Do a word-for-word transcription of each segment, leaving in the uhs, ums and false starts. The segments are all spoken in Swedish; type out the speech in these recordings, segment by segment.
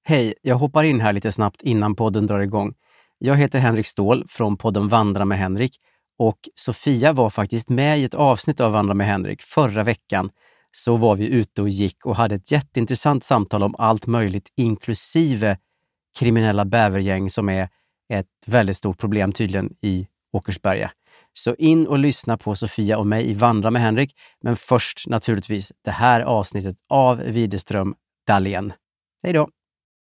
Hej, jag hoppar in här lite snabbt innan podden drar igång. Jag heter Henrik Ståhl från podden Vandra med Henrik och Sofia var faktiskt med i ett avsnitt av Vandra med Henrik förra veckan. Så var vi ute och gick och hade ett jätteintressant samtal om allt möjligt inklusive kriminella bävergäng som är ett väldigt stort problem tydligen i Åkersberga. Så in och lyssna på Sofia och mig i Vandra med Henrik, men först naturligtvis det här avsnittet av Widerström Dahlén. Hej då!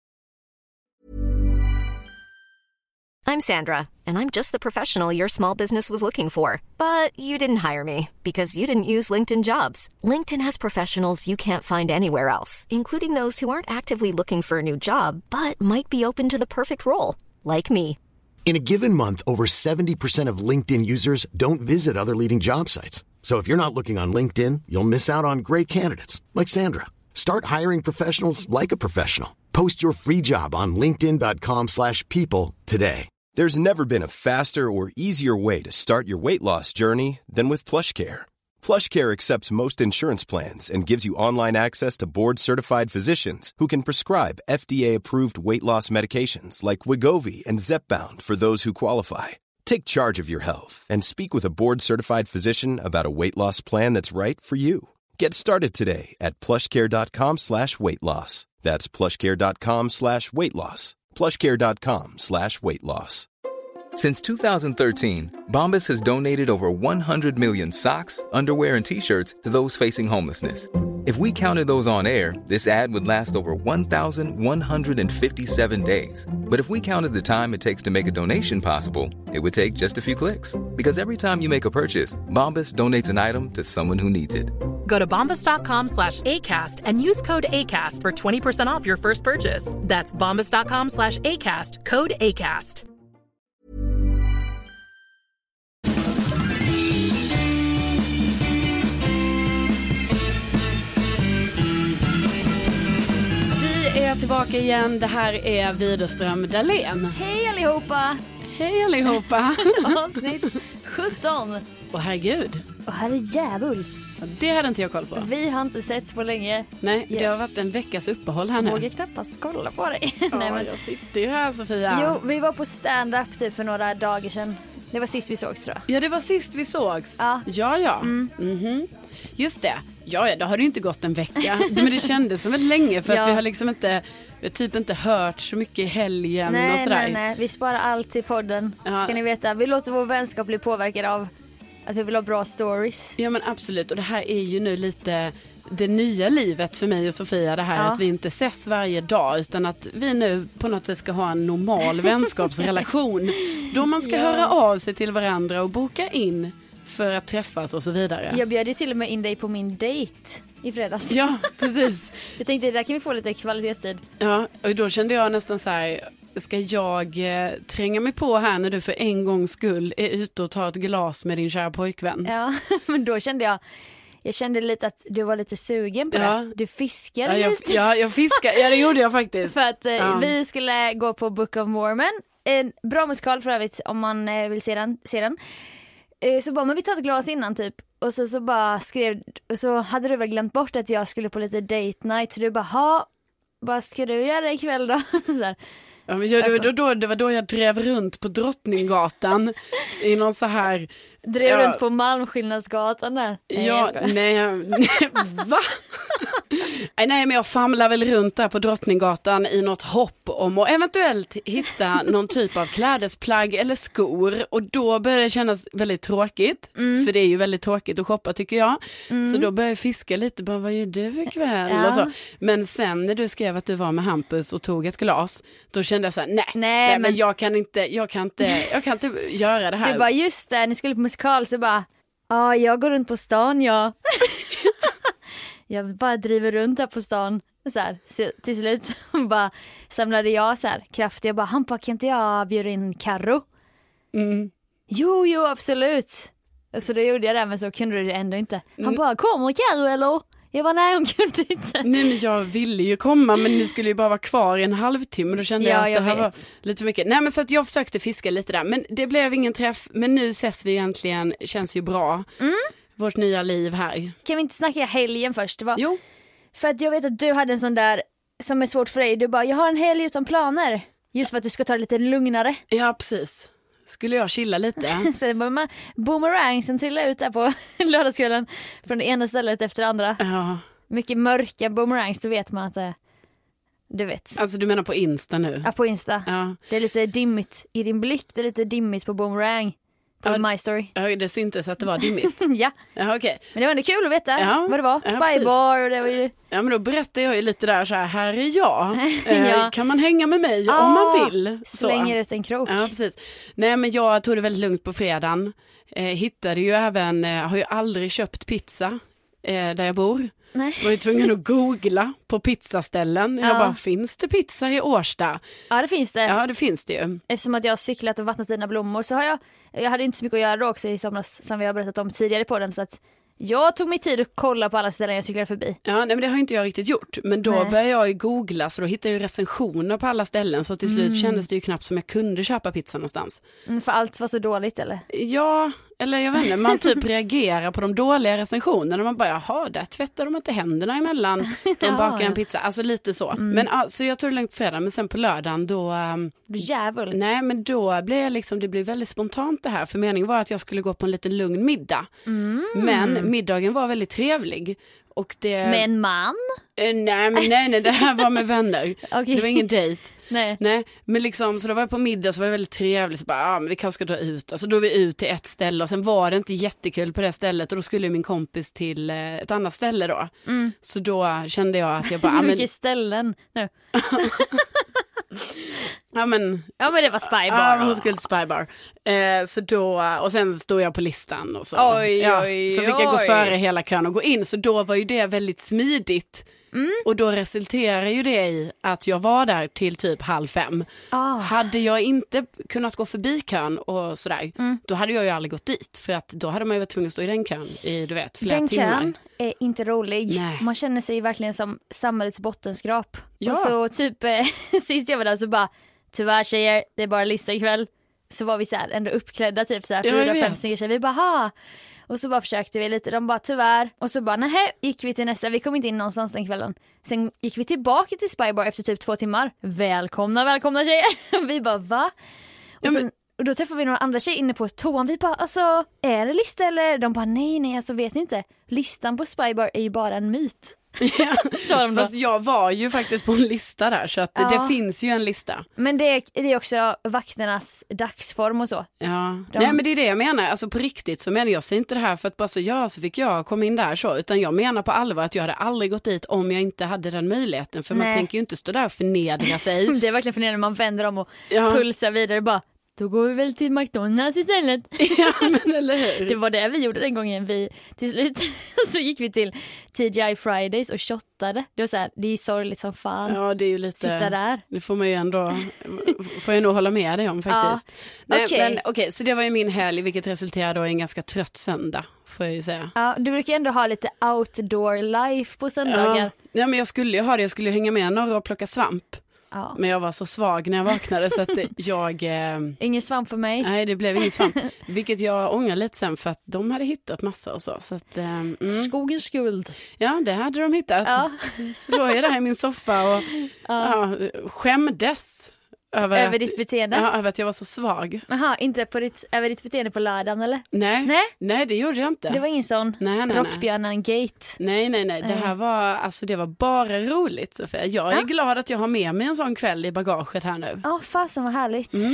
I'm Sandra, and I'm just the professional your small business was looking for. But you didn't hire me because you didn't use LinkedIn Jobs. LinkedIn has professionals you can't find anywhere else, including those who aren't actively looking for a new job, but might be open to the perfect role, like me. In a given month, over seventy percent of LinkedIn users don't visit other leading job sites. So if you're not looking on LinkedIn, you'll miss out on great candidates like Sandra. Start hiring professionals like a professional. Post your free job on linkedin dot com slash people today. There's never been a faster or easier way to start your weight loss journey than with PlushCare. PlushCare accepts most insurance plans and gives you online access to board-certified physicians who can prescribe F D A-approved weight loss medications like Wegovy and Zepbound for those who qualify. Take charge of your health and speak with a board-certified physician about a weight loss plan that's right for you. Get started today at plushcare.com slash weight loss. That's plushcare.com slash weight loss. plushcare.com slash weight loss. Since two thousand thirteen, Bombas has donated over one hundred million socks, underwear, and T-shirts to those facing homelessness. If we counted those on air, this ad would last over one thousand one hundred fifty-seven days. But if we counted the time it takes to make a donation possible, it would take just a few clicks. Because every time you make a purchase, Bombas donates an item to someone who needs it. Go to bombas.com slash ACAST and use code ACAST for twenty percent off your first purchase. That's bombas.com slash ACAST, code ACAST. Vi är tillbaka igen. Det här är Widerström Dahlén. Hej allihopa! Hej allihopa! Avsnitt sjutton. Åh herregud. Åh herrejävul. Det hade inte jag koll på. Vi har inte setts på länge. Nej, det har varit en veckas uppehåll här nu. Jag vågar knappast kolla på dig. Ja, Nej, men... jag sitter ju här, Sofia. Jo, vi var på stand-up typ för några dagar sedan. Det var sist vi sågs, tror jag. Ja, det var sist vi sågs. Ja, ja. ja. Mm. Mm-hmm. Just det. Ja, ja, då har det ju inte gått en vecka. Men det kändes som väldigt länge för ja. att vi har liksom inte, vi har typ inte hört så mycket i helgen nej, och sådär. Nej, nej, vi sparar allt i podden. Ja. Ska ni veta, vi låter vår vänskap bli påverkad av att vi vill ha bra stories. Ja, men absolut. Och det här är ju nu lite det nya livet för mig och Sofia. Det här ja. att vi inte ses varje dag utan att vi nu på något sätt ska ha en normal vänskapsrelation. Då man ska ja. höra av sig till varandra och boka in för att träffas och så vidare. Jag bjöd ju till och med in dig på min date i fredags. Ja, precis. Jag tänkte, där kan vi få lite kvalitetstid. Ja, och då kände jag nästan så här, ska jag eh, tränga mig på här när du för en gångs skull är ute och tar ett glas med din kära pojkvän? Ja, men då kände jag, jag kände lite att du var lite sugen på ja. det. Du fiskade ja, jag, lite. Ja, jag fiskade. Ja, det gjorde jag faktiskt. För att eh, ja. vi skulle gå på Book of Mormon. En bra musikal för övrigt om man eh, vill se den. Se den. Så bara, men vi tar ett glas innan typ. Och så, så bara skrev, och så hade du väl glömt bort att jag skulle på lite date night. Så du bara, ha, vad ska du göra ikväll då? Så här. Ja, men jag, då, då, det var då jag drev runt på Drottninggatan i någon så här... Drev ja, runt på Malmskillnadsgatan där? Nej, ja, nej, nej, va? Nej, men jag famlar väl runt där på Drottninggatan i något hopp om att eventuellt hitta någon typ av klädesplagg eller skor. Och då började det kännas väldigt tråkigt. Mm. För det är ju väldigt tråkigt att shoppa tycker jag. Mm. Så då började jag fiska lite. Bara, vad gör du ikväll? Ja. Och så. Men sen när du skrev att du var med Hampus och tog ett glas, då kände jag så här, nej, nej, nej men, men jag kan inte, jag kan inte, jag kan inte göra det här. Du bara, just det, ni skulle på musikal så bara, ja, jag går runt på stan, ja. Jag bara driver runt här på stan så här, så till slut bara samlade jag så här kraft. Jag bara, Hampa, kan inte jag bjuda in Karo? Mm. Jo, jo, absolut. Så då gjorde jag det, men så kunde du det ändå inte. Han mm. bara, kommer Karo eller? Jag bara, nej, hon kunde inte. Nej, men jag ville ju komma, men ni skulle ju bara vara kvar i en halvtimme. Då kände ja, jag att jag det här vet. var lite för mycket. Nej, men så att jag försökte fiska lite där. Men det blev ingen träff. Men nu ses vi egentligen, känns ju bra. Mm. Vårt nya liv här. Kan vi inte snacka helgen först? Det var... Jo. För att jag vet att du hade en sån där som är svårt för dig. Du bara, jag har en helg utan planer. Just för att du ska ta det lite lugnare. Ja, precis. Skulle jag chilla lite. Så man, boomerangsen trillar ut där på lördagskvällen. Från det ena stället efter det andra. Ja. Mycket mörka boomerangs, då vet man att det, du vet. Alltså du menar på Insta nu? Ja, på Insta. Ja. Det är lite dimmigt i din blick. Det är lite dimmigt på boomerang. På ja, My Story. Ja, det syntes att det var dimmigt. Ja. Ja, okej. Men det var ändå kul att veta ja. vad det var. Ja, Spybar och det var ju... Ja, men då berättar jag ju lite där så här, här är jag. Ja. eh, kan man hänga med mig ah, om man vill? Så. Slänger ut en krok. Ja, precis. Nej, men jag tog det väldigt lugnt på fredagen. Eh, hittade ju även, eh, har ju aldrig köpt pizza eh, där jag bor. Nej. Var ju tvungen att googla på pizzaställen. Jag ja. bara, finns det pizza i Årsta? Ja, det finns det. Ja, det finns det ju. Eftersom att jag har cyklat och vattnat dina blommor så har jag, jag hade inte så mycket att göra då också i somras som vi har berättat om tidigare på den, så att jag tog mig tid att kolla på alla ställen jag cyklade förbi. Ja, nej, men det har inte jag riktigt gjort. Men då nej. började jag ju googla, så då hittade jag recensioner på alla ställen. Så till slut mm. kändes det ju knappt som jag kunde köpa pizza någonstans. Mm, för allt var så dåligt, eller? Ja, eller jag vet inte. Man typ reagerar på de dåliga recensionerna. Man bara, jaha, där tvättar de inte händerna emellan. De ja, bakar ja. en pizza. Alltså lite så. Mm. Men alltså, jag tog det lugnt på fredag. Men sen på lördagen då... Um, du jävel. Nej, men då blev jag liksom, det blev väldigt spontant det här. För meningen var att jag skulle gå på en liten lugn middag. Mm. Men middagen var väldigt trevlig. Och det... Med en man? Eh, nej, men nej, nej, det här var med vänner. Okay. Det var ingen dejt. Nej. Nej, men liksom, så då var jag på middag, så var det väldigt trevligt. Så bara, ah, men vi kanske ska dra ut. Alltså då är vi ut till ett ställe och sen var det inte jättekul på det stället. Och då skulle min kompis till eh, ett annat ställe då. Mm. Så då kände jag att jag bara... Hur ah, mycket men... ställen? No. Ja men, ja men det var Spybar. Ja, hon skulle till Spybar. Eh, så då, och sen stod jag på listan och så. Oj, ja, oj, så fick jag gå oj. före hela kön och gå in. Så då var ju det väldigt smidigt. Mm. Och då resulterar ju det i att jag var där till typ halv fem. Oh. Hade jag inte kunnat gå förbi kön och sådär, mm. då hade jag ju aldrig gått dit. För att då hade man ju varit tvungen att stå i den kön i, du vet, flera den timmar. Den kön är inte rolig. Nej. Man känner sig verkligen som samhällets bottenskrap. Ja. Och så typ, eh, sist jag var där så bara, tyvärr tjejer, det är bara lista ikväll. Så var vi så här ändå uppklädda typ så här ja, fyra, fem stycken tjejer. Vi bara, ha. Och så bara försökte vi lite, de bara tyvärr. Och så bara, nej, gick vi till nästa, vi kom inte in någonstans den kvällen. Sen gick vi tillbaka till Spybar efter typ två timmar. Välkomna, välkomna tjejer. Vi bara, va? Och, ja, men... sen, och då träffade vi några andra tjejer inne på toan. Vi bara, alltså, är det lista eller? De bara, nej, nej, alltså vet ni inte. Listan på Spybar är ju bara en myt. Ja, så de fast jag var ju faktiskt på en lista där, så att ja. det, det finns ju en lista. Men det är, det är också vakternas dagsform och så. Ja, de... nej men det är det jag menar, alltså på riktigt så menar jag sig inte det här för att bara så ja så fick jag komma in där så, utan jag menar på allvar att jag hade aldrig gått dit om jag inte hade den möjligheten, för nej. Man tänker ju inte stå där och förnedra sig. Det är verkligen förnedrande, man vänder om och ja. pulsar vidare bara. Då går vi väl till McDonalds istället. Ja, men eller hur? Det var det vi gjorde den gången. Vi, till slut så gick vi till T G I Fridays och shottade. Det var så här, det är ju sorgligt som fan. Ja, det är ju lite... Sitta där. Det får man ju ändå... får jag nog hålla med dig om faktiskt. Ja, Nej, okay. men okej, okay, så det var ju min helg, vilket resulterade då i en ganska trött söndag, får jag ju säga. Ja, du brukar ändå ha lite outdoor life på söndagar. Ja, ja men jag skulle ju ha det. Jag skulle ju hänga med några och plocka svamp. Ja. Men jag var så svag när jag vaknade så att jag... Eh, ingen svamp för mig. Nej, det blev ingen svamp. Vilket jag ångrar lite sen för att de hade hittat massa och så. så att, eh, mm. Skogens skuld. Ja, det hade de hittat. Ja. Så låg jag där i min soffa och ja. Ja, skämdes. Över, över att, ditt beteende? Ja, över att jag var så svag. Jaha, inte på ditt, över ditt beteende på lördagen eller? Nej, nej, nej det gjorde jag inte. Det var ingen sån nej, nej, rockbjörnan-gate. Nej, nej, nej. Det här var, alltså, det var bara roligt, Sofia. Jag är ja. glad att jag har med mig en sån kväll i bagaget här nu. Ja, fasen vad härligt. Mm.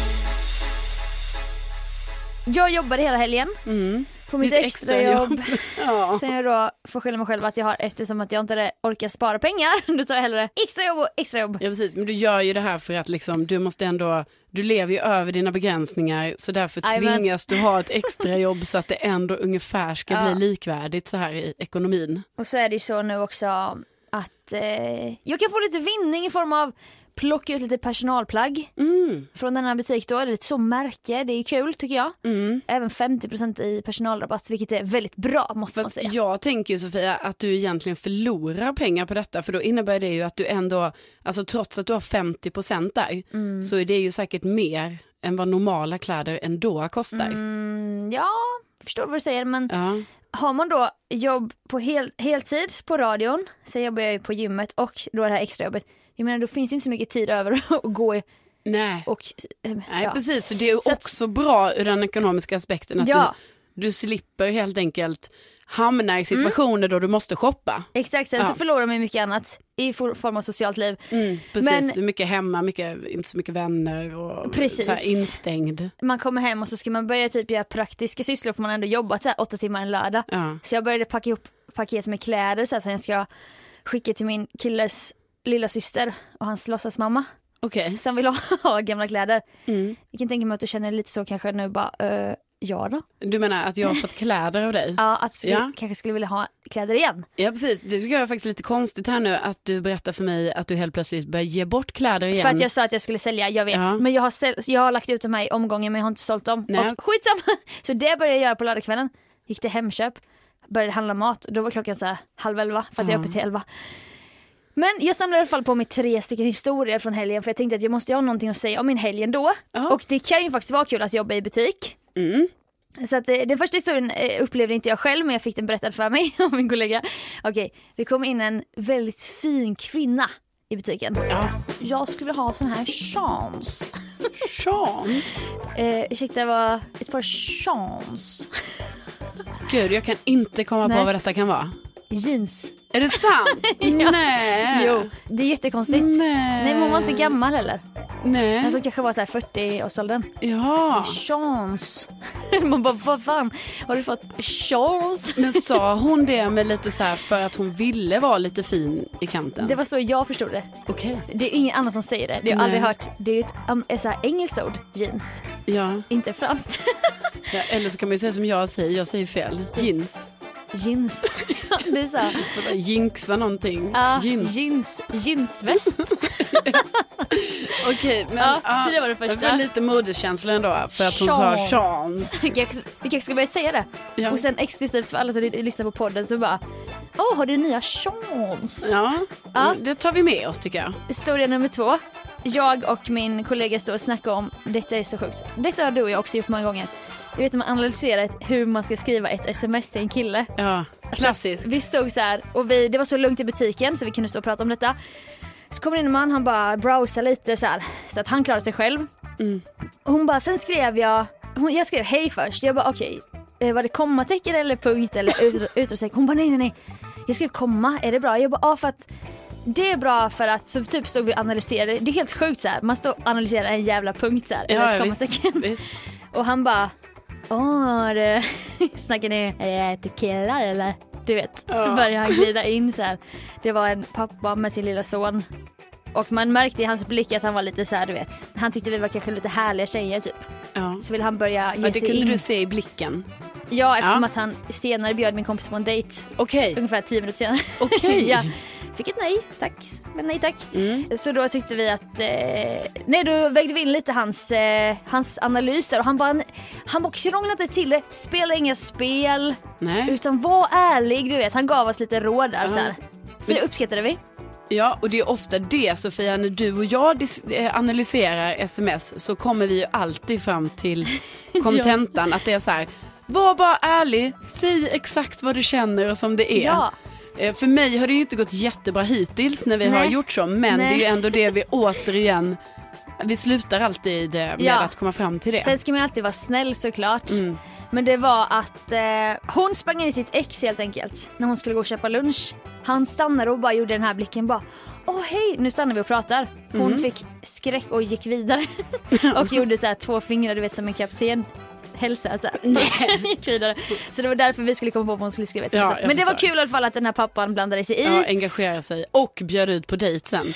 Jag jobbade hela helgen. Mm. På mitt extra jobb. Ja. Sen jag då får skylla mig själv att jag har, eftersom att jag inte orkar spara pengar, då tar jag hellre extra jobb och extra jobb. Ja precis, men du gör ju det här för att liksom, du måste ändå, du lever ju över dina begränsningar, så därför Aj, tvingas men... du ha ett extra jobb så att det ändå ungefär ska ja. bli likvärdigt så här i ekonomin. Och så är det ju så nu också att eh, jag kan få lite vinning i form av plocka ut lite personalplagg mm. från den här butik då. Det är lite så märke, det är kul tycker jag. Mm. Även femtio procent i personalrabatt, vilket är väldigt bra måste Fast man säga. Jag tänker ju Sofia att du egentligen förlorar pengar på detta, för då innebär det ju att du ändå, alltså trots att du har femtio procent där mm. så är det ju säkert mer än vad normala kläder ändå kostar. Mm, ja, förstår vad du säger, men ja. har man då jobb på hel, heltid på radion, sen jobbar jag ju på gymmet och då det här extra jobbet. Jag menar, då finns inte så mycket tid över att gå i. Nej, och, äh, Nej ja. precis. Så det är så också att, bra ur den ekonomiska aspekten att ja. du, du slipper helt enkelt hamna i situationer mm. då du måste shoppa. Exakt, sen ja. så förlorar man mycket annat i form av socialt liv. Mm, precis, men, mycket hemma, mycket, inte så mycket vänner och precis. Så här instängd. Man kommer hem och så ska man börja typ göra praktiska sysslor för man har ändå jobbat så här åtta timmar en lördag. Ja. Så jag började packa ihop paket med kläder så här, så jag ska skicka till min killes lilla syster och hans låtsasmamma. Okay. Som vill ha, ha gamla kläder. Mm. Jag kan tänka mig att du känner lite så kanske nu bara, uh, ja då. Du menar att jag har fått kläder av dig? Ja, att du ja. kanske skulle vilja ha kläder igen. Ja, precis. Det tycker jag är faktiskt lite konstigt här nu att du berättar för mig att du helt plötsligt börjar ge bort kläder igen. För att jag sa att jag skulle sälja, jag vet. Ja. Men jag har, säl- jag har lagt ut de här i omgången men jag har inte sålt dem. Nej. Och skitsamma! Så det började jag göra på lördagskvällen. Gick till Hemköp, började handla mat. Då var klockan så här halv elva för att ja. jag är uppe till elva. Men jag samlade i alla fall på mig tre stycken historier från helgen för jag tänkte att jag måste ha någonting att säga om min helgen då. Uh-huh. Och det kan ju faktiskt vara kul att jobba i butik. Mm. Så att, den första historien upplevde inte jag själv men jag fick den berättad för mig av min kollega. Okej, det kom in en väldigt fin kvinna i butiken. Ja. Jag skulle vilja ha sån här chans. Chans? Eh, ursäkta, det var ett par chans. Gud, jag kan inte komma Nej. på vad detta kan vara. Jeans. Är det sant? ja. Nej. Jo, det är jättekonstigt. Nej. Nej, men hon var inte gammal heller. Nej. Alltså kanske var så här fyrtio-årsåldern. Ja. Chans. Man bara, vad fan? Har du fått chans? Men sa hon det med lite så här för att hon ville vara lite fin i kanten? Det var så jag förstod det. Okej. Okay. Det är ingen annan som säger det. Det har jag aldrig hört. Det är ju ett, um, ett så här engelskt ord, jeans. Ja. Inte franskt. Ja, eller så kan man ju säga som jag säger. Jag säger fel. Jeans. Jeans. Det är så. Jinxa någonting. Ja, jeans. Jeans. Jeansväst. Okej, men ja, ja, så det var det första. Jag får lite modekänsla ändå för att hon chans. sa chans. Vi kanske ska börja säga det. Ja. Och sen exklusivt för alla som lyssnar på podden så bara, åh, oh, har du nya chans? Ja, ja, det tar vi med oss tycker jag. Historia nummer två. Jag och min kollega står och snackar om, detta är så sjukt. Detta har du och jag också gjort många gånger. Jag vet att man analyserar hur man ska skriva ett sms till en kille. Ja, klassiskt. Alltså, vi stod så här och vi, det var så lugnt i butiken så vi kunde stå och prata om detta. Så kommer in en man, han bara browsar lite så här så att han klarar sig själv. Mm. Hon bara, sen skrev jag, hon, jag skrev hej först. Jag bara okej, okay, var det kommatecken eller punkt eller utropstecken? Hon bara nej nej nej, jag skrev komma, är det bra? Jag bara ja, för att det är bra för att så typ stod vi och analyserade. Det är helt sjukt så här. Man står och analyserar en jävla punkt så här, ja, eller ett kommatecken. Visst. Och han bara, åh, det, snackar ni äh, till killar eller? Du vet, ja. Då började han glida in så här. Det var en pappa med sin lilla son. Och man märkte i hans blick att han var lite så här, du vet. Han tyckte vi var kanske lite härliga tjejer typ. Ja. Så ville han börja ge ja, det sig kunde in. du se i blicken. Ja, eftersom ja. att han senare bjöd min kompis på en dejt. Okej. Okay. Ungefär tio minuter senare. Okej. Okay. Ja. Fick ett nej, tack. Men nej tack. Mm. Så då tyckte vi att eh, nej, då vägde vi in lite hans, eh, hans analys där. Och han bara, han bara krånglade inte till det. Spela inga spel. Nej. Utan var ärlig, du vet. Han gav oss lite råd där. Ja. Så, här. Så Men, det uppskattade vi. Ja, och det är ofta det, Sofia, när du och jag dis- analyserar sms så kommer vi ju alltid fram till kontentan ja. Att det är så här, var bara ärlig, säg exakt vad du känner och som det är. Ja. För mig har det ju inte gått jättebra hittills när vi Nej. har gjort så, men Nej. det är ju ändå det vi återigen, vi slutar alltid med ja. att komma fram till det. Sen ska man alltid vara snäll såklart. Mm. Men det var att eh, hon sprang in i sitt ex helt enkelt när hon skulle gå och köpa lunch. Han stannade och bara gjorde den här blicken bara, åh hej, nu stannar vi och pratar. Hon mm. fick skräck och gick vidare. Och gjorde så här två fingrar, du vet, som en kapten. Hälsa så här. Så det var därför vi skulle komma på vad hon skulle skriva. Ja, men det var kul i alla fall att den här pappan blandade sig i. Ja, engagera sig och bjöd ut på dejt sen.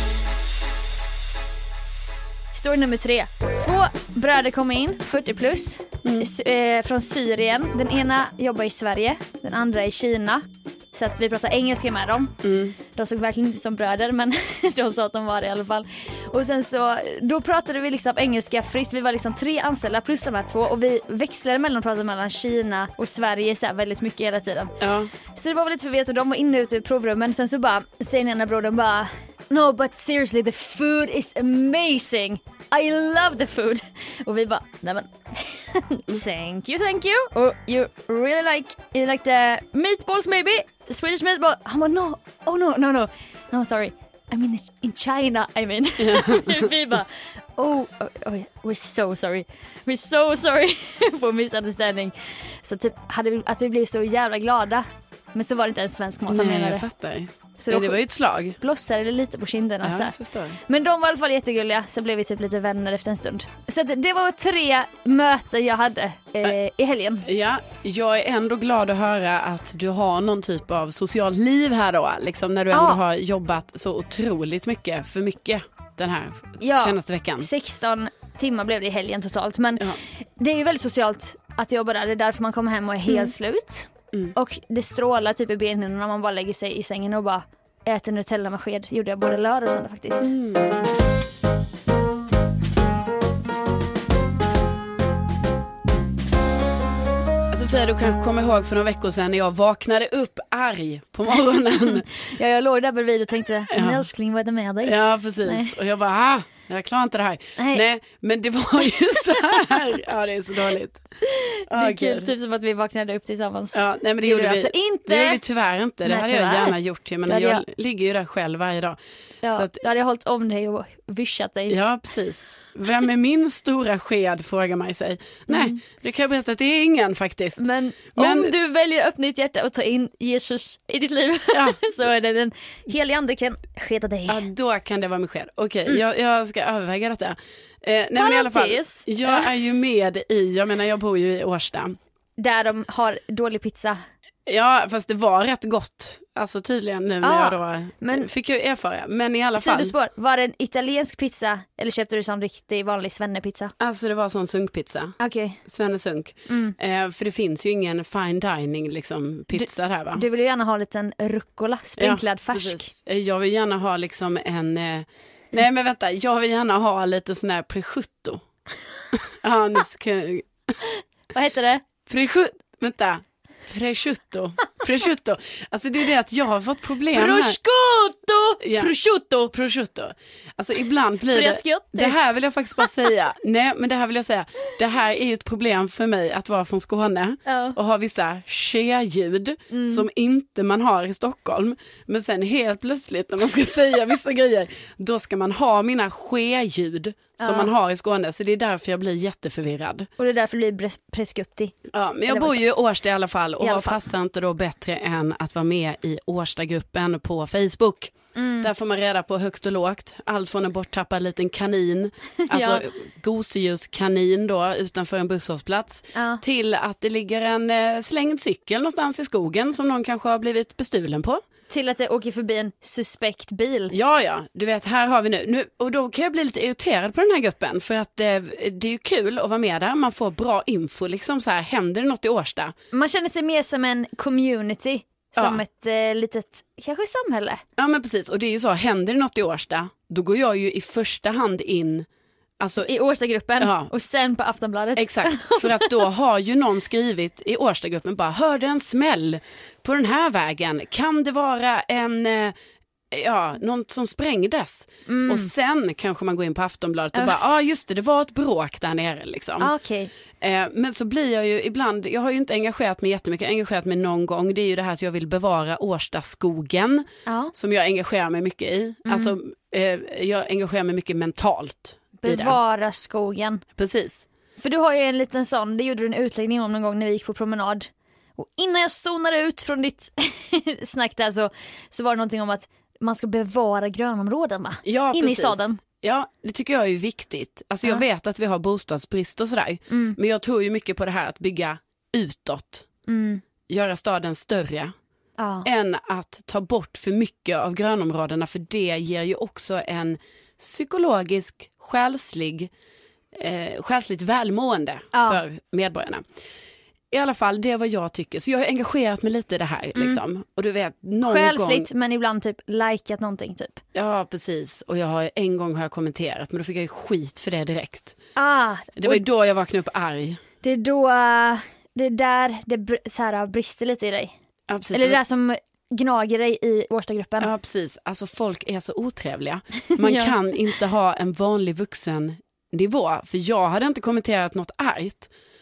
Story nummer tre. Två bröder kom in, fyrtio plus, mm. eh, från Syrien. Den ena jobbar i Sverige, den andra i Kina. Så att vi pratar engelska med dem. Mm. De såg verkligen inte som bröder, men de sa att de var det i alla fall. Och sen så, då pratade vi liksom engelska friskt. Vi var liksom tre anställda plus de här två. Och vi växlade mellan att prata mellan Kina och Sverige så här väldigt mycket hela tiden. Ja. Så det var väl lite förvirrat och de var inne ute i provrummen. Sen så bara, säger den ena brodern bara, no but seriously the food is amazing. I love the food. Och vi bara, nej men Thank you, thank you. Oh, you really like you like the meatballs maybe? The Swedish meatball. I'm like, no, oh no, no, no. No, sorry. I mean in China, I mean. Vi bara, oh, oh, oh, we're so sorry. We're so sorry for misunderstanding. Så typ hade vi, att vi blev så jävla glada. Men så var det inte en svensk mat han Nej, menade. jag fattar. Så det, det var ju ett slag. Blossade det lite på kinderna. Ja, så jag förstår. Men de var i alla fall jättegulliga. Så blev vi typ lite vänner efter en stund. Så att det var tre möten jag hade eh, i helgen. Ja, jag är ändå glad att höra att du har någon typ av socialt liv här då. Liksom när du ändå Ja. har jobbat så otroligt mycket, för mycket den här Ja, senaste veckan. sexton timmar blev det i helgen totalt. Men Ja. det är ju väldigt socialt att jobba där. Det är därför man kommer hem och är helt Mm. slut. Mm. Och det strålar typ i benen när man bara lägger sig i sängen och bara äter Nutella med sked. Gjorde jag både lördag och söndag faktiskt. Mm. Sofia, du kanske kommer ihåg för några veckor sedan när jag vaknade upp arg på morgonen. Ja, jag låg där bredvid och tänkte, Ja. men älskling, vad är det med dig? Ja, precis. Nej. Och jag bara, ah, jag klarar inte det här. Nej. Nej, men det var ju så här. Ja, det är så dåligt. Det är Ah, kul, gud. typ som att vi vaknade upp tillsammans. Ja, nej, men det, Det gjorde gjorde vi du alltså inte. Det gjorde vi tyvärr inte. Det Nej, hade jag tyvärr. gärna gjort. Jag, menar, Det hade jag ligger ju där själv varje dag. Ja, Så att, då hade jag hållit om dig och vischat dig. ja, precis. Vem är min stora sked, frågar man sig. Nej, Mm. det kan jag berätta att det är ingen faktiskt. Men, Men- om du väljer att öppna ditt hjärta och ta in Jesus i ditt liv Ja. så är det den heliga ande kan skeda dig. Ja, då kan det vara mig själv. Okej, jag, jag ska överväga detta. Eh, nej, men i alla fall, Parentes. jag är ju med i, jag menar jag bor ju i Årsta. Där de har dålig pizza. Ja, fast det var rätt gott. Alltså tydligen nu när Ja, jag då men- fick jag erfara. Men i alla fall. Sidospår, var det en italiensk pizza eller köpte du som riktig vanlig svennepizza? Alltså det var sån sunkpizza. Okej. Svenne sunk. Mm. Eh, för det finns ju ingen fine dining liksom pizza där va? Du vill ju gärna ha en liten rucola, sprinklad färsk. precis. Eh, Jag vill gärna ha liksom en... Eh, nej men vänta, jag vill gärna ha lite sån här prosciutto. Ja, nu ska jag... Vad heter det? Prosciutto, vänta. Prosciutto. Prosciutto. Alltså det är det att jag har fått problem här. Prosciutto! Ja. Prosciutto! Prosciutto. Alltså ibland blir det... Prosciutto. Det här vill jag faktiskt bara säga. Nej, men det här vill jag säga. Det här är ju ett problem för mig att vara från Skåne Ja. och ha vissa ske-ljud Mm. som inte man har i Stockholm. Men sen helt plötsligt när man ska säga vissa grejer, då ska man ha mina ske-ljud som Ja. man har i Skåne. Så det är därför jag blir jätteförvirrad. Och det är därför det blir bre- presciutti. Ja, men Eller jag vad bor så- ju i Årsta i alla fall och I alla vad fall. passar inte då bättre än att vara med i Årsta-gruppen på Facebook. Mm. Där får man reda på högt och lågt. Allt från en borttappad liten kanin, alltså Ja. gosedjurskanin då utanför en busshållplats, Ja. till att det ligger en eh, slängd cykel någonstans i skogen som någon kanske har blivit bestulen på. Till att det åker förbi en suspekt bil. Ja, ja, du vet, här har vi nu. nu. Och då kan jag bli lite irriterad på den här gruppen för att eh, det är ju kul att vara med där. Man får bra info, liksom så här, händer det något i Årsta? Man känner sig mer som en community. Som Ja. ett eh, litet, kanske samhälle. Ja, men precis. Och det är ju så, händer det något i Årsta, då går jag ju i första hand in, alltså I Årstagruppen. Ja. Och sen på Aftonbladet. exakt, för att då har ju någon skrivit i Årstagruppen bara, hörde en smäll på den här vägen, kan det vara en, eh, ja, något som sprängdes? Mm. Och sen kanske man går in på Aftonbladet och bara, ja ah, just det, det var ett bråk där nere liksom. Ah, Okej. Eh, men så blir jag ju ibland, jag har ju inte engagerat mig jättemycket, jag har engagerat mig någon gång, det är ju det här att jag vill bevara Årstaskogen, Ja. som jag engagerar mig mycket i. Alltså, eh, jag engagerar mig mycket mentalt i det. Bevara skogen. Precis. För du har ju en liten sån, det gjorde du en utläggning om någon gång när vi gick på promenad. Och innan jag zonade ut från ditt snack där så, så var det någonting om att man ska bevara grönområden va? Ja, Inne i precis. staden. Ja, det tycker jag är viktigt. Alltså jag Ja. vet att vi har bostadsbrist och sådär. Mm. Men jag tror ju mycket på det här att bygga utåt. Mm. Göra staden större. Ja. Än att ta bort för mycket av grönområdena. För det ger ju också en psykologisk, själslig, eh, själsligt välmående Ja. för medborgarna. I alla fall, det är vad jag tycker. Så jag har engagerat mig lite i det här. Liksom. Och du vet, någon Själsligt gång... men ibland typ likat någonting typ. Ja, precis. Och jag har, en gång har jag kommenterat, men då fick jag ju skit för det direkt. Ah, Det var ju och då jag vaknade upp arg. det är då, eh, det är där det br- så här, brister lite i dig. Ja, precis. Eller det där som gnager dig i Årstagruppen. Ja, precis. Alltså folk är så otrevliga. Man Ja. kan inte ha en vanlig vuxen nivå. För jag hade inte kommenterat något argt.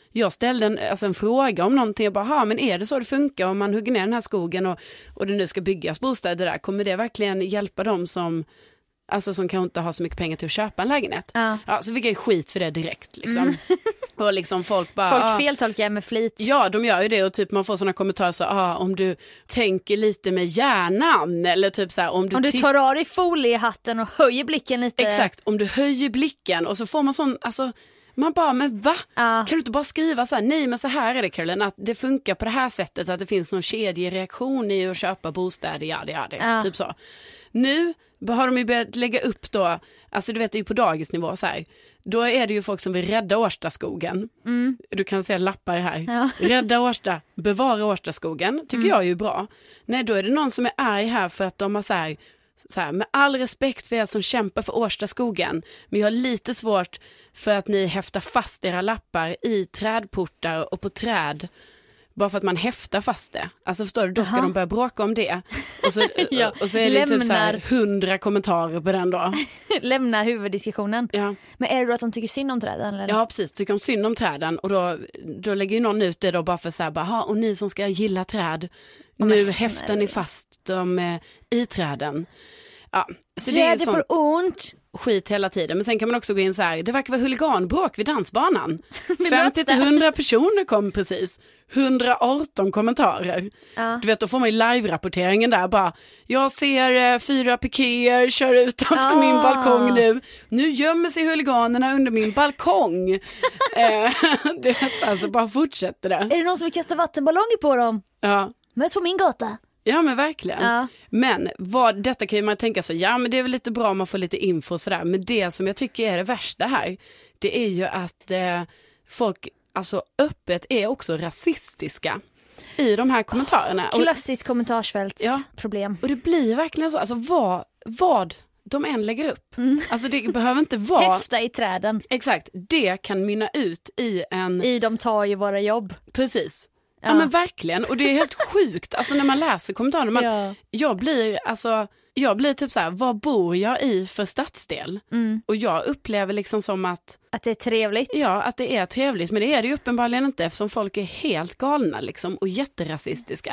Jag ställde en, alltså en fråga om någonting och bara, men är det så det funkar om man hugger ner den här skogen och, och det nu ska byggas bostäder där? Kommer det verkligen hjälpa dem som, alltså som kanske inte har så mycket pengar till att köpa en lägenhet? Ja. Ja, så fick jag skit för det direkt liksom. Mm. Och liksom folk bara... Folk ah, feltolkar med flit. Ja, de gör ju det och typ man får sådana kommentarer så ah, om du tänker lite med hjärnan eller typ så här, om du, om du tar av dig foliehatten och höjer blicken lite. Exakt, om du höjer blicken och så får man sån, alltså man bara, men va? Ja. Kan du inte bara skriva så här, nej men så här är det Caroline, att det funkar på det här sättet, att det finns någon kedjereaktion i att köpa bostäder, ja det är det, ja. typ så. Nu har de ju börjat lägga upp då, alltså du vet det är ju på dagisnivå så här, då är det ju folk som vill rädda Årstaskogen. Mm. Du kan se lappar här. Ja. Rädda Årsta, bevara Årstaskogen, tycker mm. jag är ju bra. Nej, då är det någon som är arg här för att de har så här, så här, med all respekt för er som kämpar för Årstaskogen, men jag har lite svårt för att ni häftar fast era lappar i trädportar och på träd. Bara för att man häftar fast det. Alltså förstår du, då ska Aha. de börja bråka om det. Och så, ja. och så är det Lämnar... typ så här hundra kommentarer på den då. Lämnar huvuddiskussionen. Ja. Men är det då att de tycker synd om träden? Eller? Ja, precis. Tycker om synd om träden. Och då, då lägger ju någon ut det då bara för så här, bara, och ni som ska gilla träd, oh, nu men, häftar ni fast dem eh, i träden. Ja, så det är ju för ont. Skit hela tiden. Men sen kan man också gå in så här, det verkar vara huliganbråk vid dansbanan. femtio till hundra personer kom precis. hundraarton kommentarer. Ja. Du vet, då får man ju live-rapporteringen där bara, jag ser eh, fyra pikéer kör utanför ah. min balkong nu. Nu gömmer sig huliganerna under min balkong. eh, du vet, alltså bara fortsätter det. Är det någon som vill kasta vattenballonger på dem? Ja. Möts på min gata. Ja men verkligen. Ja. Men vad, detta kan ju man tänka så, ja men det är väl lite bra om man får lite info och sådär. Men det som jag tycker är det värsta här, det är ju att eh, folk alltså öppet är också rasistiska i de här kommentarerna. Oh, klassiskt kommentarsfälts ja. problem. Och det blir verkligen så, alltså vad, vad de än lägger upp. Mm. Alltså det behöver inte vara... Häfta i träden. Exakt, det kan mynna ut i en... I de tar ju våra jobb. Precis. Ja. Ja men verkligen, och det är helt sjukt alltså när man läser kommentarerna man, ja. jag blir alltså jag blir typ så här, vad bor jag i för stadsdel? Mm. Och jag upplever liksom som att att det är trevligt. Ja, att det är trevligt, men det är det ju uppenbarligen inte eftersom folk är helt galna liksom och jätterasistiska.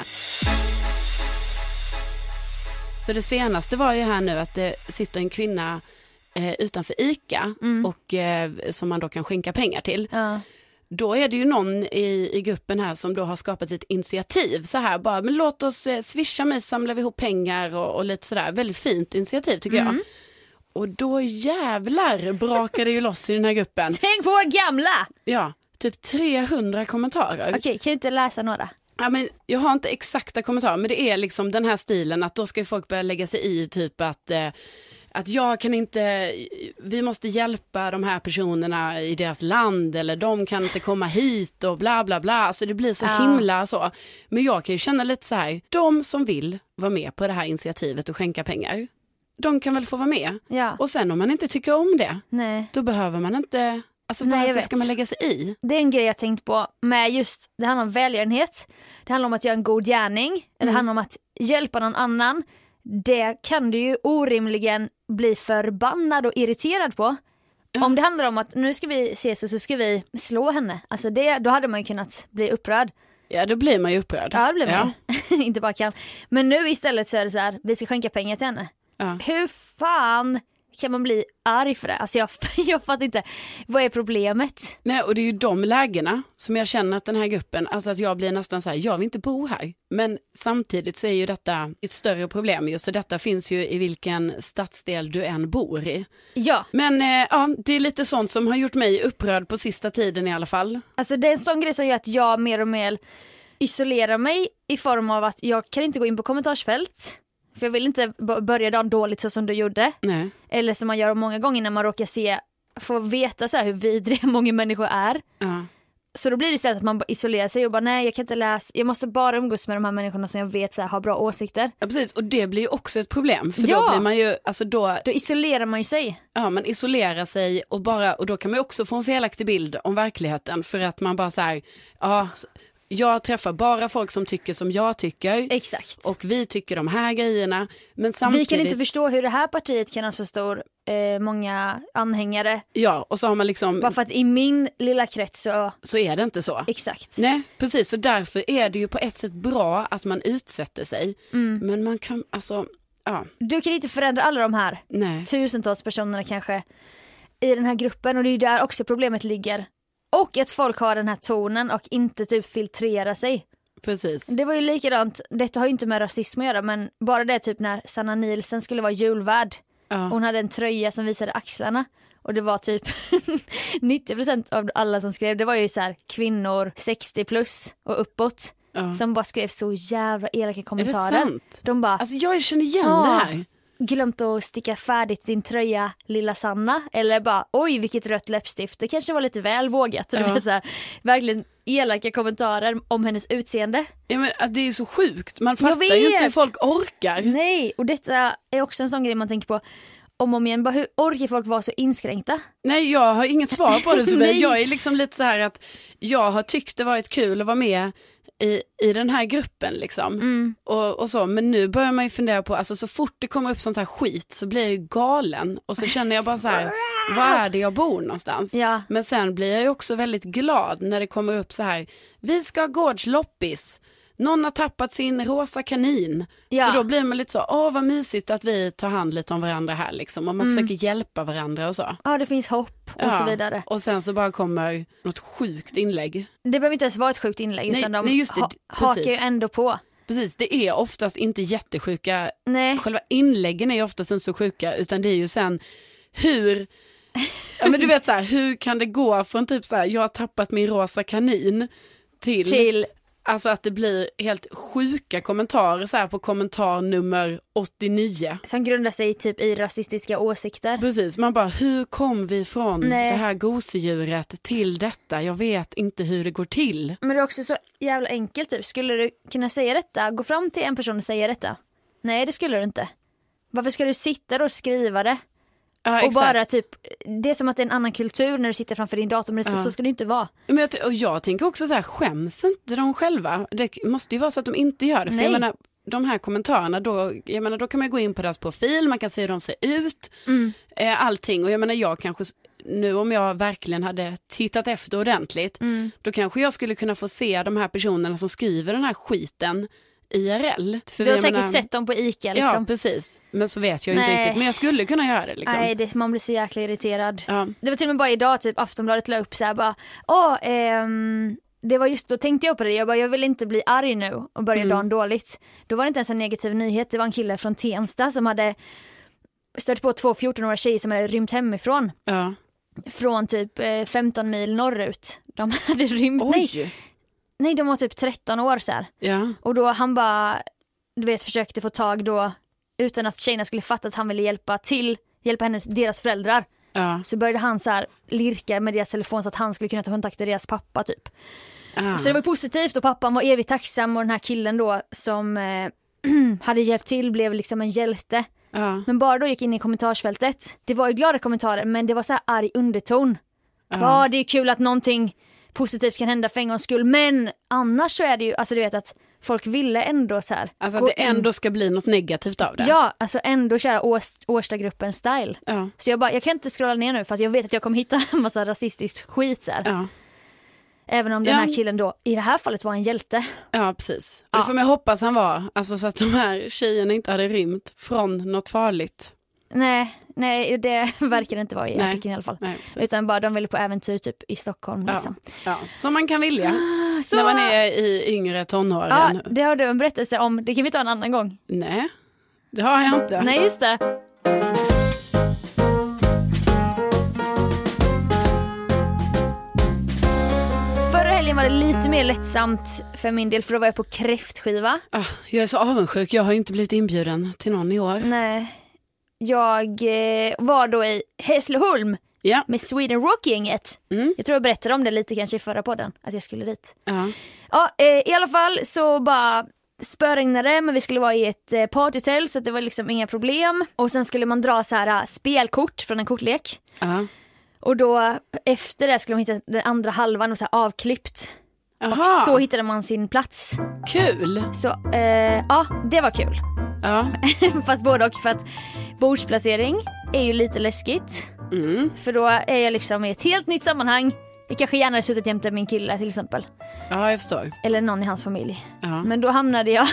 Så det senaste var ju här nu att det sitter en kvinna eh, utanför ICA mm. och eh, som man då kan skänka pengar till. Ja. Då är det ju någon i, i gruppen här som då har skapat ett initiativ så här bara, men låt oss eh, swisha mig, samlar vi ihop pengar och, och lite sådär, väldigt fint initiativ tycker mm. jag. Och då jävlar brakade ju loss i den här gruppen. Tänk på våra gamla! Ja, typ trehundra kommentarer. Okej, kan du inte läsa några? Ja, men jag har inte exakta kommentarer, men det är liksom den här stilen att då ska folk börja lägga sig i typ att... Eh, Att jag kan inte, vi måste hjälpa de här personerna i deras land eller de kan inte komma hit och bla bla bla. Alltså det blir så ja. himla så. Men jag kan ju känna lite så här, de som vill vara med på det här initiativet och skänka pengar, de kan väl få vara med. Ja. Och sen om man inte tycker om det, Nej. då behöver man inte, alltså Nej, varför ska man lägga sig i? Det är en grej jag tänkt på med just, det handlar om välgörenhet, det handlar om att göra en god gärning, mm. det handlar om att hjälpa någon annan. Det kan du ju orimligen bli förbannad och irriterad på. Ja. Om det handlar om att nu ska vi ses och så ska vi slå henne. Alltså det, då hade man ju kunnat bli upprörd. Ja, då blir man ju upprörd. Ja, det blir man ja. Inte bara kan. Men nu istället så är det så här, vi ska skänka pengar till henne. Ja. Hur fan kan man bli arg för det? Alltså jag, jag fattar inte, vad är problemet? Nej, och det är ju de lägena som jag känner att den här gruppen, alltså att jag blir nästan så här, jag vill inte bo här. Men samtidigt så är ju detta ett större problem ju, så detta finns ju i vilken stadsdel du än bor i. Ja. Men eh, ja, det är lite sånt som har gjort mig upprörd på sista tiden i alla fall. Alltså det är en sån grej som gör att jag mer och mer isolerar mig i form av att jag kan inte gå in på kommentarsfält. För jag vill inte börja dagen dåligt så som du gjorde. Nej. Eller som man gör många gånger när man råkar se, få veta så här hur vidriga många människor är. Uh. Så då blir det så att man isolerar sig och bara nej, jag kan inte läsa. Jag måste bara umgås med de här människorna som jag vet så här, har bra åsikter. Ja precis, och det blir ju också ett problem. För ja. då blir man ju, alltså då... Då isolerar man ju sig. Ja, man isolerar sig och bara, och då kan man ju också få en felaktig bild om verkligheten. För att man bara så här, ja... jag träffar bara folk som tycker som jag tycker. Exakt. Och vi tycker de här grejerna. Men samtidigt... Vi kan inte förstå hur det här partiet kan ha så stor, eh, många anhängare. Ja, och så har man liksom... Bara för att i min lilla krets så... Så är det inte så. Exakt. Nej, precis. Så därför är det ju på ett sätt bra att man utsätter sig. Mm. Men man kan, alltså... Ja. Du kan inte förändra alla de här Nej. tusentals personerna kanske i den här gruppen. Och det är ju där också problemet ligger. Och att folk har den här tonen och inte typ filtrera sig. Precis. Det var ju likadant, detta har ju inte med rasism att göra, men bara det typ när Sanna Nielsen skulle vara julvärd. Ja. Hon hade en tröja som visade axlarna. Och det var typ nittio procent av alla som skrev, det var ju så här kvinnor sextio plus och uppåt. Ja. Som bara skrev så jävla elaka kommentarer. Är det sant? De bara, alltså jag känner igen ja, det här. Glömt att sticka färdigt din tröja, lilla Sanna. Eller bara, oj vilket rött läppstift. Det kanske var lite väl vågat. Ja. Det var så här, verkligen elaka kommentarer om hennes utseende. Ja, men det är så sjukt. Man fattar ju inte hur folk orkar. Nej, och detta är också en sån grej man tänker på om och om igen. Bara, hur orkar folk vara så inskränkta? Nej, jag har inget svar på det. Så jag är liksom lite så här att jag har tyckt det varit kul att vara med I, i den här gruppen liksom. Mm. Och, och så, men nu börjar man ju fundera på, alltså så fort det kommer upp sånt här skit så blir jag ju galen och så känner jag bara så här, var är det jag bor någonstans? Ja. Men sen blir jag ju också väldigt glad när det kommer upp så här, vi ska ha gårdsloppis. Någon har tappat sin rosa kanin. Ja. För då blir man lite så, åh vad mysigt att vi tar hand lite om varandra här liksom. Och man mm. försöker hjälpa varandra och så. Ja, det finns hopp och ja. så vidare. Och sen så bara kommer något sjukt inlägg. Det behöver inte ens vara ett sjukt inlägg, nej, utan de nej, just det, ha- hakar ju ändå på. Precis, det är oftast inte jättesjuka. Nej. Själva inläggen är oftast inte så sjuka, utan det är ju sen hur... ja, men du vet så här, hur kan det gå från typ så här, jag har tappat min rosa kanin till... till... Alltså att det blir helt sjuka kommentarer så här på kommentar nummer åttionio. Som grundar sig typ i rasistiska åsikter. Precis, man bara, hur kom vi från Nej. det här gosedjuret till detta? Jag vet inte hur det går till. Men det är också så jävla enkelt typ. Skulle du kunna säga detta? Gå fram till en person och säga detta? Nej, det skulle du inte. Varför ska du sitta och skriva det? Ja, och exakt. bara typ, det är som att det är en annan kultur när du sitter framför din dator, men det, ja. så ska det inte vara. Men jag, och jag tänker också så här, skäms inte de själva? Det måste ju vara så att de inte gör det. För Nej. jag menar, de här kommentarerna, då, jag menar, då kan man gå in på deras profil, man kan se hur de ser ut, mm. eh, allting. Och jag menar, jag kanske, nu om jag verkligen hade tittat efter ordentligt, mm. då kanske jag skulle kunna få se de här personerna som skriver den här skiten I R L. För du har säkert menar, sett dem på Ica liksom. Ja, precis. Men så vet jag ju inte riktigt. Men jag skulle kunna göra det liksom. Nej, det, man blir så jäkla irriterad. Ja. Det var till och med bara idag typ Aftonbladet la upp så här bara, åh, ehm, det var just då tänkte jag på det. Jag bara, jag vill inte bli arg nu och börja mm. dagen dåligt. Då var det inte ens en negativ nyhet. Det var en kille från Tensta som hade stött på två fjorton-åriga tjejer som hade rymt hemifrån. Ja. Från typ eh, femton mil norrut. De hade rymt. Oj. Nej. Nej, de var typ tretton år så här. Ja. Och då han bara, du vet, försökte få tag då, utan att tjejerna skulle fatta att han ville hjälpa till, hjälpa hennes, deras föräldrar. Ja. Så började han så här lirka med deras telefon så att han skulle kunna ta kontakt med deras pappa typ. Ja. Så det var positivt och pappan var evigt tacksam och den här killen då som eh, hade hjälpt till blev liksom en hjälte. Ja. Men bara då gick in i kommentarsfältet. Det var ju glada kommentarer, men det var så här arg underton. Ja, ja det är kul att någonting positivt kan hända för en gångs skull, men annars så är det ju, alltså du vet att folk ville ändå så här. Alltså att det ändå ska bli något negativt av det. Ja, alltså ändå köra Ås- Årstagruppen style. Ja. Så jag bara, jag kan inte scrolla ner nu för att jag vet att jag kommer hitta en massa rasistisk skit så här. Ja. Även om den Ja. här killen då, i det här fallet var en hjälte. Ja, precis. Ja. Det får man hoppas han var. Alltså så att de här tjejerna inte hade rymt från något farligt. Nej, nej det verkar det inte vara i Nej. artikeln i alla fall. Nej, utan bara de ville på äventyr typ i Stockholm. Ja. Liksom. Ja. Som man kan vilja. Så... När man är i yngre tonåren. Ja, det har du en berättelse om. Det kan vi ta en annan gång. Nej, det har jag inte. Nej, just det. Förra helgen var det lite mer lättsamt för min del, för då var jag på kräftskiva. Ah, jag är så avundsjuk, jag har inte blivit inbjuden till någon i år. Nej, jag eh, var då i Hässleholm ja. med Sweden Rock-gänget. Mm. Jag tror jag berättade om det lite kanske i förra podden, att jag skulle dit. Ja, ja eh, i alla fall så bara spöregnade, men vi skulle vara i ett eh, partyhotell så att det var liksom inga problem. Och sen skulle man dra så här uh, spelkort från en kortlek. Ja. Och då efter det skulle man hitta den andra halvan och så här avklippt. Aha. Och så hittade man sin plats. Kul. Så eh, ja, det var kul. Ja. Fast både och, för att bordsplacering är ju lite läskigt. Mm. För då är jag liksom i ett helt nytt sammanhang. Jag kanske gärna hade suttit jämte min kille till exempel. Ja, jag förstår. Eller någon i hans familj. Ja. Men då hamnade jag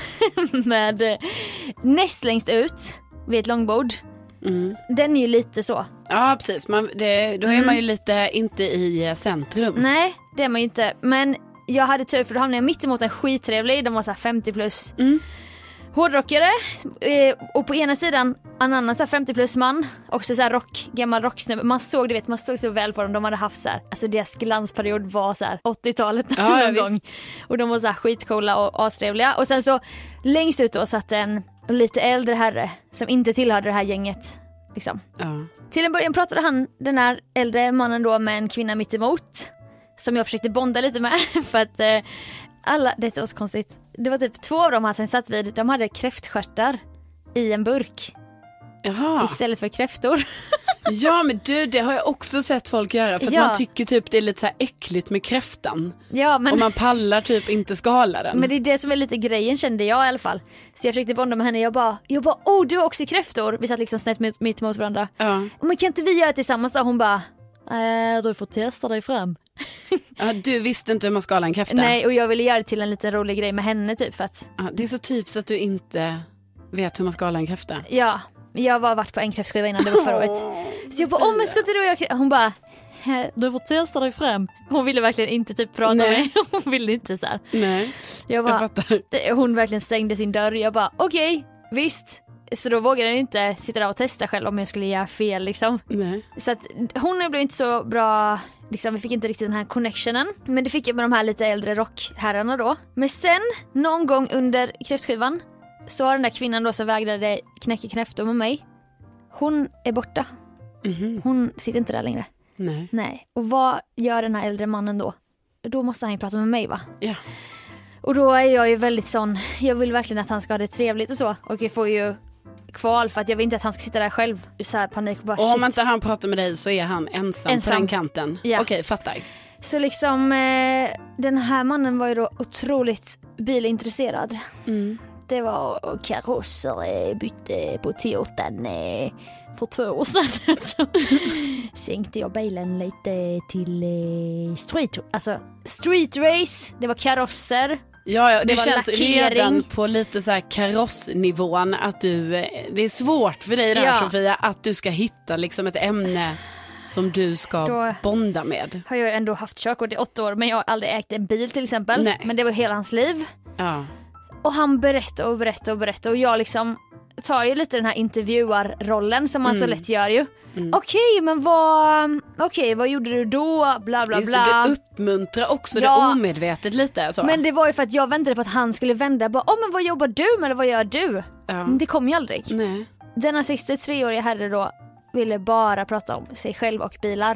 med eh, näst längst ut vid ett långbord. Mm. Den är ju lite så. Ja, precis. Man, det, då är Mm. man ju lite inte i centrum. Nej, det är man ju inte. Men jag hade tur, för då hamnade jag mitt emot en skittrevlig. De var så här femtio plus. Mm. Hårdrockare. Eh, och på ena sidan en annan så här femtio plus man. Också så här rock, gammal rocksnubbe. Man såg, du vet, man såg så väl på dem. De hade haft så här, alltså deras glansperiod var så här åttiotalet Ja, någon ja, gång. Och de var så här skitcoola och astrevliga. Och sen så längst ut då satt en lite äldre herre som inte tillhörde det här gänget. Liksom. Ja. Till en början pratade han, den här äldre mannen då, med en kvinna mitt emot. Som jag försökte bonda lite med. För att eh, alla, det var så konstigt. Det var typ två av dem här som satt vid, de hade kräftstjärtar i en burk. Jaha. Istället för kräftor. Ja, men du, det har jag också sett folk göra. För att Ja. man tycker typ det är lite så här äckligt med kräftan. Ja, men, Och man pallar typ inte skala den. men det är det som är lite grejen, kände jag i alla fall. Så jag försökte bonda med henne. Jag bara, jag bara åh, du har också kräftor. Vi satt liksom snett mitt, mitt mot varandra. Ja. Men kan inte vi göra det tillsammans? Och hon bara, äh, du får testa dig fram. Ja, du visste inte hur man skalar en kräfta. Nej, och jag ville göra det till en liten rolig grej med henne typ. För att, Ja, det är så typiskt att du inte vet hur man skalar en kräfta. ja, jag var varit på en kräftskiva innan, det var förra året. Så jag bara, åh men ska inte du och jag... Hon bara, du får testa dig fram. Hon ville verkligen inte typ prata Nej. med mig. Hon ville inte så här. Nej, Jag bara, jag fattar. hon verkligen stängde sin dörr. Jag bara, okej, okay, visst. Så då vågade jag inte sitta där och testa själv om jag skulle göra fel liksom. Nej. Så att hon blev inte så bra, liksom, vi fick inte riktigt den här connectionen. Men det fick jag med de här lite äldre rockherrarna då. Men sen, någon gång under kräftskivan, så har den där kvinnan då som vägrade knäcka kräftor med mig, hon är borta. Mm-hmm. Hon sitter inte där längre. Nej. Nej. Och vad gör den här äldre mannen då? Då måste han ju prata med mig, va? Ja. Och då är jag ju väldigt sån, jag vill verkligen att han ska ha det trevligt och så. Och jag får ju kval för att jag vill inte att han ska sitta där själv. Så här panik och bara, Och om shit. inte han pratar med dig så är han ensam, Ensam. på den kanten. Ja. Okej, fattar. Så liksom, eh, den här mannen var ju då otroligt bilintresserad. Mm. Det var karosser, eh, bytte på Toyotan eh, för två år sedan. Så sänkte jag bilen lite till eh, street, alltså street race. Det var karosser. Ja, ja, det, Det var känns lackering. redan på lite så här karossnivån att du, eh, det är svårt för dig där, Ja. Sofia, att du ska hitta liksom ett ämne som du ska Då- bonda med. Har jag ändå haft körkort i åtta år, men jag har aldrig ägt en bil till exempel. Nej. Men det var hela hans liv. Ja. Och han berättade och berättade och berättade. Och jag liksom tar ju lite den här intervjuarrollen som man så lätt gör ju. Mm. Okej, men vad, okej, vad gjorde du då? Bla bla Just bla. det, du uppmuntrar också Ja. det omedvetet lite. Så. Men det var ju för att jag väntade på att han skulle vända. Bara, åh, men vad jobbar du med? Eller vad gör du? Ja. Men det kom ju aldrig. Nej. Denna sextiotre-åriga herre då ville bara prata om sig själv och bilar.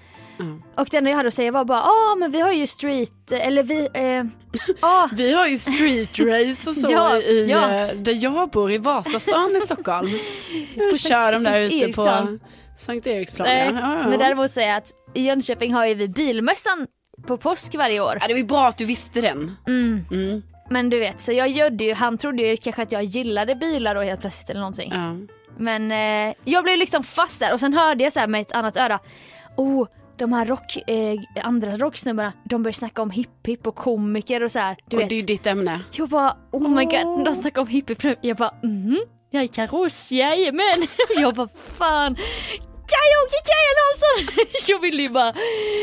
Mm. Och det enda jag hade att säga var bara, ja men vi har ju street, eller vi, eh, ah, Vi har ju street race och så Ja, i, ja. eh, där jag bor i Vasastan i Stockholm. På Kör de där Sankt ute på Eriksplan. Sankt Eriksplan. nej. Ja, ja, ja. Men däremot säger jag att i Jönköping har ju vi bilmässan på påsk varje år. Ja, det var ju bra att du visste den. Mm. Mm. Men du vet, så jag gödde ju, han trodde ju kanske att jag gillade bilar då helt plötsligt eller någonting. Ja. Men eh, jag blev liksom fast där och sen hörde jag så här med ett annat öra, oh, de här rock, eh, andra rocksnubbarna, de börjar snacka om hipp-hipp och komiker och så här. Du Och vet. det är ju ditt ämne. Jag bara, oh my god, de snackar om hipp-hipp nu. Jag bara, mhm, jag är kaross, jajamän. Jag bara, fan, Kaj-Åke Kajan Hansson. Jag ville ju bara,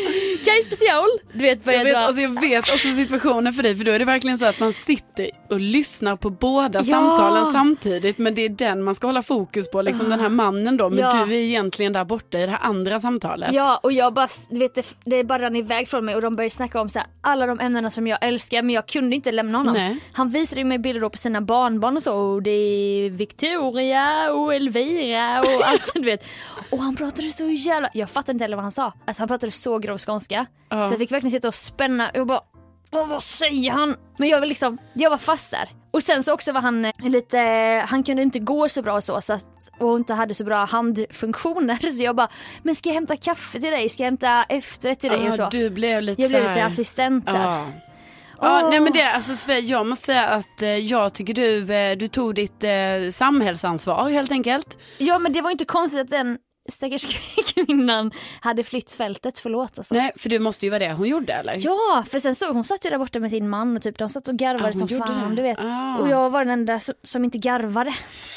Kaj special. Du vet vad jag, Jag vet, drar. alltså jag vet också situationen för dig, för då är det verkligen så att man sitter och lyssnar på båda Ja. samtalen samtidigt, men det är den man ska hålla fokus på, liksom den här mannen då, men Ja. du är egentligen där borta i det här andra samtalet. Ja, och jag bara, du vet, det, det bara rann iväg från mig och de började snacka om så här, alla de ämnena som jag älskar, men jag kunde inte lämna honom. Nej. Han visade ju mig bilder då på sina barnbarn och så, och det är Victoria och Elvira och allt, du vet. Och han pratade så jävla, jag fattade inte heller vad han sa. Alltså han pratade så grov skånska. Ja. Så jag fick verkligen sitta och spänna och bara, vad, vad säger han? Men jag var liksom, jag var fast där. Och sen så också var han eh, lite, han kunde inte gå så bra och så, så att, och inte hade så bra handfunktioner. Så jag bara, men ska jag hämta kaffe till dig? Ska jag hämta efterrätt till dig? Ja, Och så. du blev lite Jag så blev här... lite assistent så här. Ja. Ja, Åh. nej men det, alltså Sofia, jag måste säga att eh, jag tycker du, eh, du tog ditt eh, samhällsansvar helt enkelt. Ja, men det var inte konstigt att den stackars kvinnan hade flytt fältet, förlåt alltså. Nej, för det måste ju vara det hon gjorde, eller? Ja, för sen så hon satt ju där borta med sin man och typ de satt och garvade Ah, hon som gjorde fan, det. du vet. Ah. Och jag var den enda som, som inte garvade.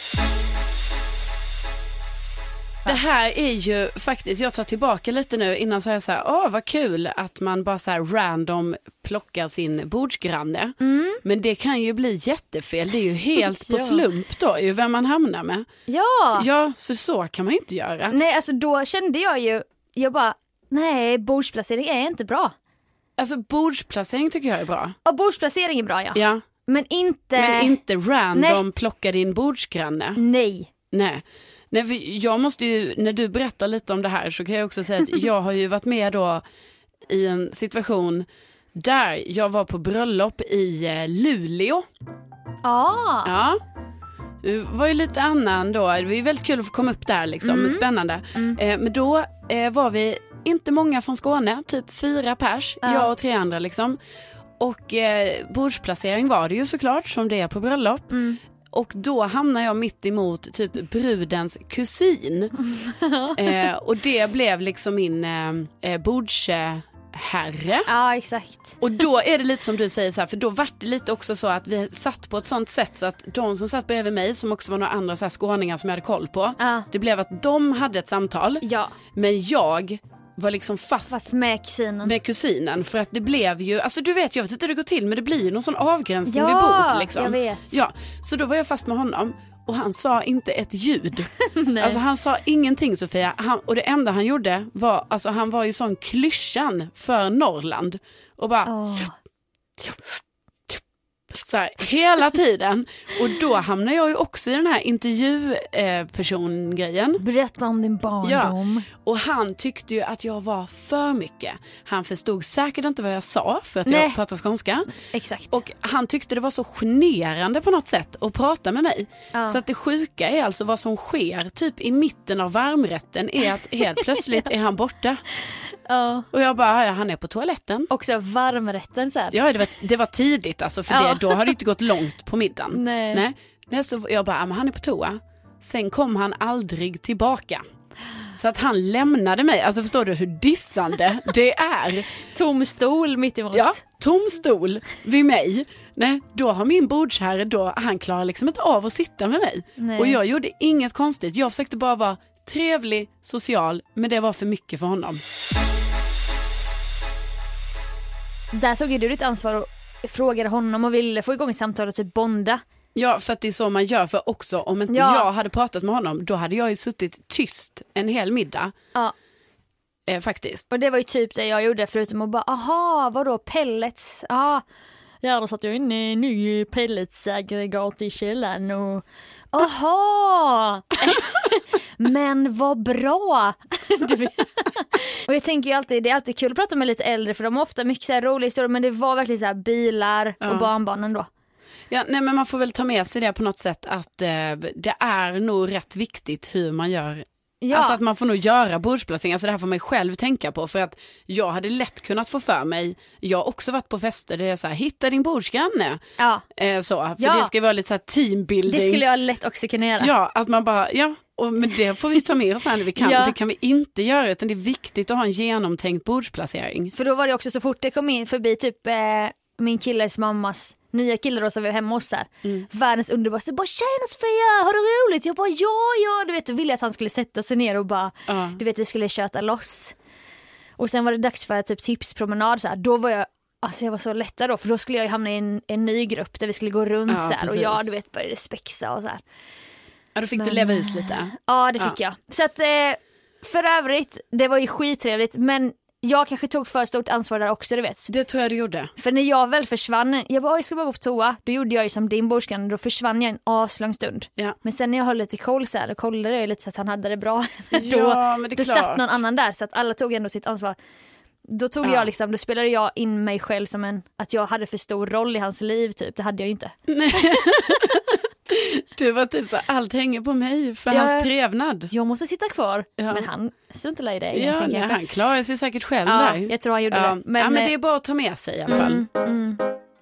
Det här är ju faktiskt, jag tar tillbaka lite nu innan så är jag så här, åh vad kul att man bara så här random plockar sin bordsgranne. Mm. Men det kan ju bli jättefel, det är ju helt på Ja. slump då, ju vem man hamnar med. Ja. Ja, så så kan man ju inte göra. Nej, alltså då kände jag ju, jag bara, nej, bordsplacering är inte bra. Alltså bordsplacering tycker jag är bra. Ja, bordsplacering är bra, ja. Ja, Men inte... men inte random Nej. plocka din bordsgranne. Nej. Nej. Nej, för jag måste ju, när du berättar lite om det här så kan jag också säga att jag har ju varit med då i en situation där jag var på bröllop i eh, Luleå. Ah. Ja. Det var ju lite annan då. Det var ju väldigt kul att få komma upp där liksom. Mm. Spännande. Mm. Eh, men då eh, var vi inte många från Skåne. Typ fyra pers. Ja. Jag och tre andra liksom. Och eh, bordsplacering var det ju såklart som det är på bröllop. Mm. Och då hamnar jag mitt emot typ brudens kusin. eh, och det blev liksom min eh, bordsherre. Ja, exakt. Och då är det lite som du säger så här, för då var det lite också så att vi satt på ett sånt sätt så att de som satt bredvid mig, som också var några andra så här skåningar som jag hade koll på, Ja. det blev att de hade ett samtal, Ja, men jag var liksom fast, fast med kusinen. med kusinen, för att det blev ju, alltså du vet, jag vet inte hur det går till, men det blir ju någon sån avgränsning Ja, vid bord liksom. jag vet. Ja, så då var jag fast med honom. Och han sa inte ett ljud. Nej. Alltså han sa ingenting, Sofia. Han, och det enda han gjorde var, alltså han var ju sån klyschan för Norrland. Och bara Åh. så här, hela tiden. Och då hamnar jag ju också i den här intervjupersongrejen. Berätta om din barndom. Ja, och han tyckte ju att jag var för mycket. Han förstod säkert inte vad jag sa för att Nej. jag pratar skånska. Exakt. Och han tyckte det var så generande på något sätt att prata med mig. Ja. Så att det sjuka är alltså vad som sker typ i mitten av varmrätten är att helt plötsligt är han borta. Ja. Och jag bara, ja, han är på toaletten. Också varmrätten så här. Ja, det var, det var tidigt alltså, för Ja. det, då har det inte gått långt på middagen. Nej. Nej. Nej, så jag bara, men han är på toa. Sen kom han aldrig tillbaka. Så att han lämnade mig. Alltså förstår du hur dissande det är? Tom stol mitt emot. Ja, tom stol vid mig. Nej, då har min bordsherre, då, han klarar liksom inte av att sitta med mig. Nej. Och jag gjorde inget konstigt. Jag försökte bara vara trevlig, social, men det var för mycket för honom. Där tog ju du ditt ansvar och frågade honom och ville få igång samtal och typ bonda. Ja, för att det är så man gör, för också om inte Ja. jag hade pratat med honom, då hade jag ju suttit tyst en hel middag. Ja. Eh, faktiskt. Och det var ju typ det jag gjorde, förutom att bara, aha, vadå, pellets? Ja, ja, då satt jag inne i en ny pelletsaggregat i källaren och, aha! Men vad bra! Du vet. Och jag tänker ju alltid, det är alltid kul att prata med lite äldre, för de har ofta mycket så här roliga historier, men det var verkligen så här bilar Ja. och barnbarnen då. Ja, nej, men man får väl ta med sig det på något sätt, att eh, det är nog rätt viktigt hur man gör. Ja. Alltså att man får nog göra bordsplacering. Alltså det här får man ju själv tänka på. För att jag hade lätt kunnat få för mig. Jag har också varit på fester där det är så här, hitta din bordsgranne. Ja, Eh, så, för Ja. det ska vara lite så här teambuilding. det skulle jag lätt också kunna göra. Ja, att man bara, ja, och, men det får vi ta med oss här när vi kan. Ja. Det kan vi inte göra, utan det är viktigt att ha en genomtänkt bordsplacering. För då var det också så fort det kom in förbi typ eh, min killes mammas nya kille då som var hemma hos där. Mm. Världens underbaraste. Bara, tjena Sofia, har du roligt? Jag bara, ja, ja. Du vet, jag ville att han skulle sätta sig ner och bara, Ja. du vet, vi skulle köta loss. Och sen var det dags för typ tipspromenad så här. Då var jag, alltså jag var så lättad då, för då skulle jag hamna i en, en ny grupp där vi skulle gå runt Ja, så här. Och precis. jag, du vet, började spexa och så här. Ja, då fick du Men- leva ut lite. Ja, det fick jag. Så att, eh, för övrigt, det var ju skittrevligt, men jag kanske tog för stort ansvar där också, du vet. Det tror jag du gjorde. För när jag väl försvann, jag bara, jag ska bara gå på toa. Då gjorde jag ju som din bordsgranne, då försvann jag en aslång stund. Ja. Men sen när jag höll lite koll så här, och kollade jag lite så att han hade det bra. då Ja, men det är då klart. satt någon annan där, så att alla tog ändå sitt ansvar. Då tog Ja. jag liksom, då spelade jag in mig själv som en, att jag hade för stor roll i hans liv typ. Det hade jag ju inte. Du var typ så här, allt hänger på mig för Ja. hans trevnad. Jag måste sitta kvar. Ja. Men han struntade i det Ja, egentligen nej, kanske. han klarar sig säkert själv Ja, där. jag tror han gjorde Ja. det. Men, ja, men det är bara att ta med sig i alla fall. Mm, mm.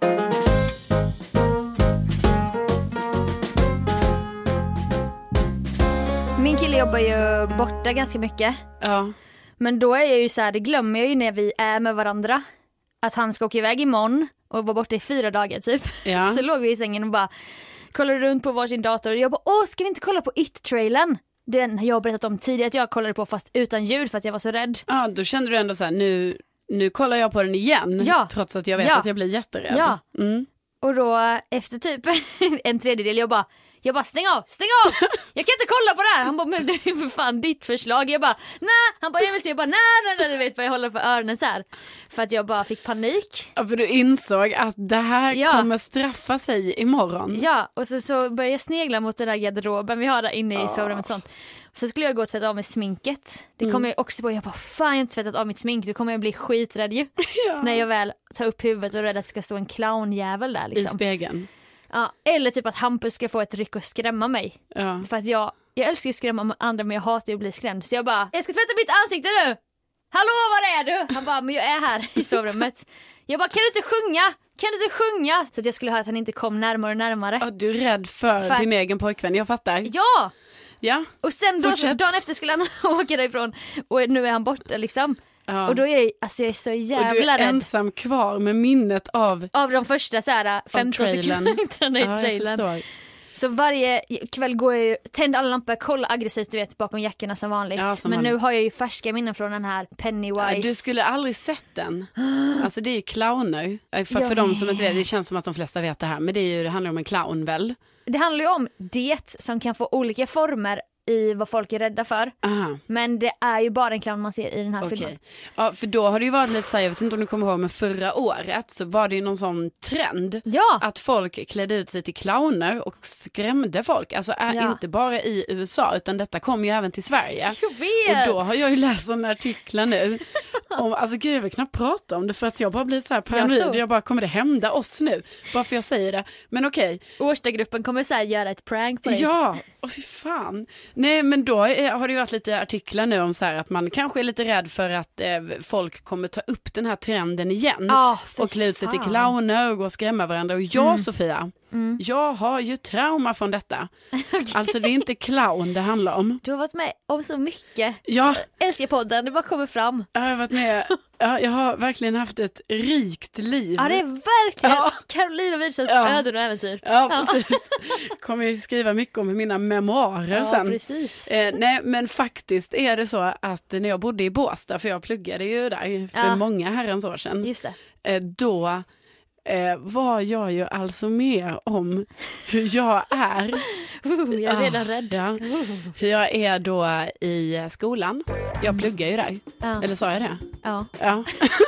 jobbar ju borta ganska mycket. Ja. Men då är jag ju så här, det glömmer jag ju när vi är med varandra. Att han ska åka iväg imorgon och vara borta i fyra dagar typ. Ja. Så låg vi i sängen och bara kollade runt på varsin dator. Och jag bara, åh ska vi inte kolla på It-trailern? Den jag har berättat om tidigare att jag kollade på fast utan ljud för att jag var så rädd. Ja, då kände du ändå så här, nu, nu kollar jag på den igen. Ja. Trots att jag vet Ja. att jag blir jätterädd. Ja. Mm. Och då efter typ en tredjedel jag bara Jag bara stäng av, stäng av! Jag kan inte kolla på det här! Han bara, men det är för fan ditt förslag. Jag bara, nej! Han bara, jag vill se. Jag bara, nej, nej, nej, du vet vad jag håller för öronen så här. För att jag bara fick panik. Ja, för du insåg att det här Ja. kommer straffa sig imorgon. Ja, och så, så började jag snegla mot den där garderoben vi har där inne i sovrummet och sånt. Och så skulle jag gå och tvätta av mig sminket. Det Mm. kommer jag också på. Jag bara, fan jag har inte tvättat av mitt smink. Då kommer jag bli skiträdd ju. Ja. När jag väl tar upp huvudet och rädd att det ska stå en clownjävel där I liksom. spegeln. Ja, eller typ att Hampus ska få ett ryck och skrämma mig. Ja. För att jag, jag älskar ju att skrämma andra men jag hatar ju att bli skrämd. Så jag bara, jag ska tvätta mitt ansikte nu! Hallå, var är du? Han bara, men jag är här i sovrummet. Jag bara, kan du inte sjunga? Kan du inte sjunga? Så att jag skulle höra att han inte kom närmare och närmare. Ja, du är rädd för, För din att- egen pojkvän, jag fattar. Ja! Ja. Och sen då, Fortsätt. dagen efter skulle han åka därifrån. Och nu är han borta liksom. Ja. Och då är jag, alltså jag är så Och du jävla är rädd. ensam kvar med minnet av Av de första så här femton trailern. sekunderna i Ja, jag trailern. förstår. Så varje kväll går jag ju, tänder alla lampor, kollar aggressivt du vet bakom jackorna som vanligt. Ja, som Men vanligt. nu har jag ju färska minnen från den här Pennywise. Ja, du skulle aldrig sett den. Alltså det är ju clowner. För, Jag för de som inte vet. vet, det känns som att de flesta vet det här. Men det, är ju, det handlar om en clown väl? Det handlar ju om det som kan få olika former i vad folk är rädda för. Aha. Men det är ju bara en clown man ser i den här Okej. filmen. Ja, för då har det ju varit lite så här, jag vet inte om du kommer ihåg, men förra året så var det ju någon sån trend Ja. att folk klädde ut sig till clowner och skrämde folk. Alltså är Ja. inte bara i U S A utan detta kom ju även till Sverige. Jag vet. Och då har jag ju läst sådana artiklar nu. Om, alltså gud, jag vill knappt prata om det för att jag bara blir så här paranoid. Jag så. Jag bara, kommer det hända oss nu? Bara för jag säger det. Men okej. Årstagruppen kommer så här göra ett prank på dig. Ja, och fy fan. Nej, men då är, har det ju varit lite artiklar nu om så här att man kanske är lite rädd för att eh, folk kommer ta upp den här trenden igen. Ah, fy och klä ut sig till fan. clowner och gå och skrämma varandra. Och jag, Sofia, jag har ju trauma från detta. Alltså det är inte clown det handlar om. Du har varit med om så mycket. Ja, Älskar podden, det bara kommer fram. jag har varit med. Ja, jag har verkligen haft ett rikt liv. Ja, det är verkligen Ja. Carolina Wihlstedts Ja. öden och äventyr. Ja, precis. Kommer ju skriva mycket om mina memoarer Ja, sen. precis. Eh, nej, men faktiskt är det så att när jag bodde i Båstad, för jag pluggade ju där för Ja. många herrans år sedan, Just det. eh, då eh, var jag ju alltså med om hur jag är. Uh, jag är redan Ah, rädd. ja. Hur jag är då i skolan. Jag pluggar ju där. Ja. Eller sa jag det? Ja. Ja.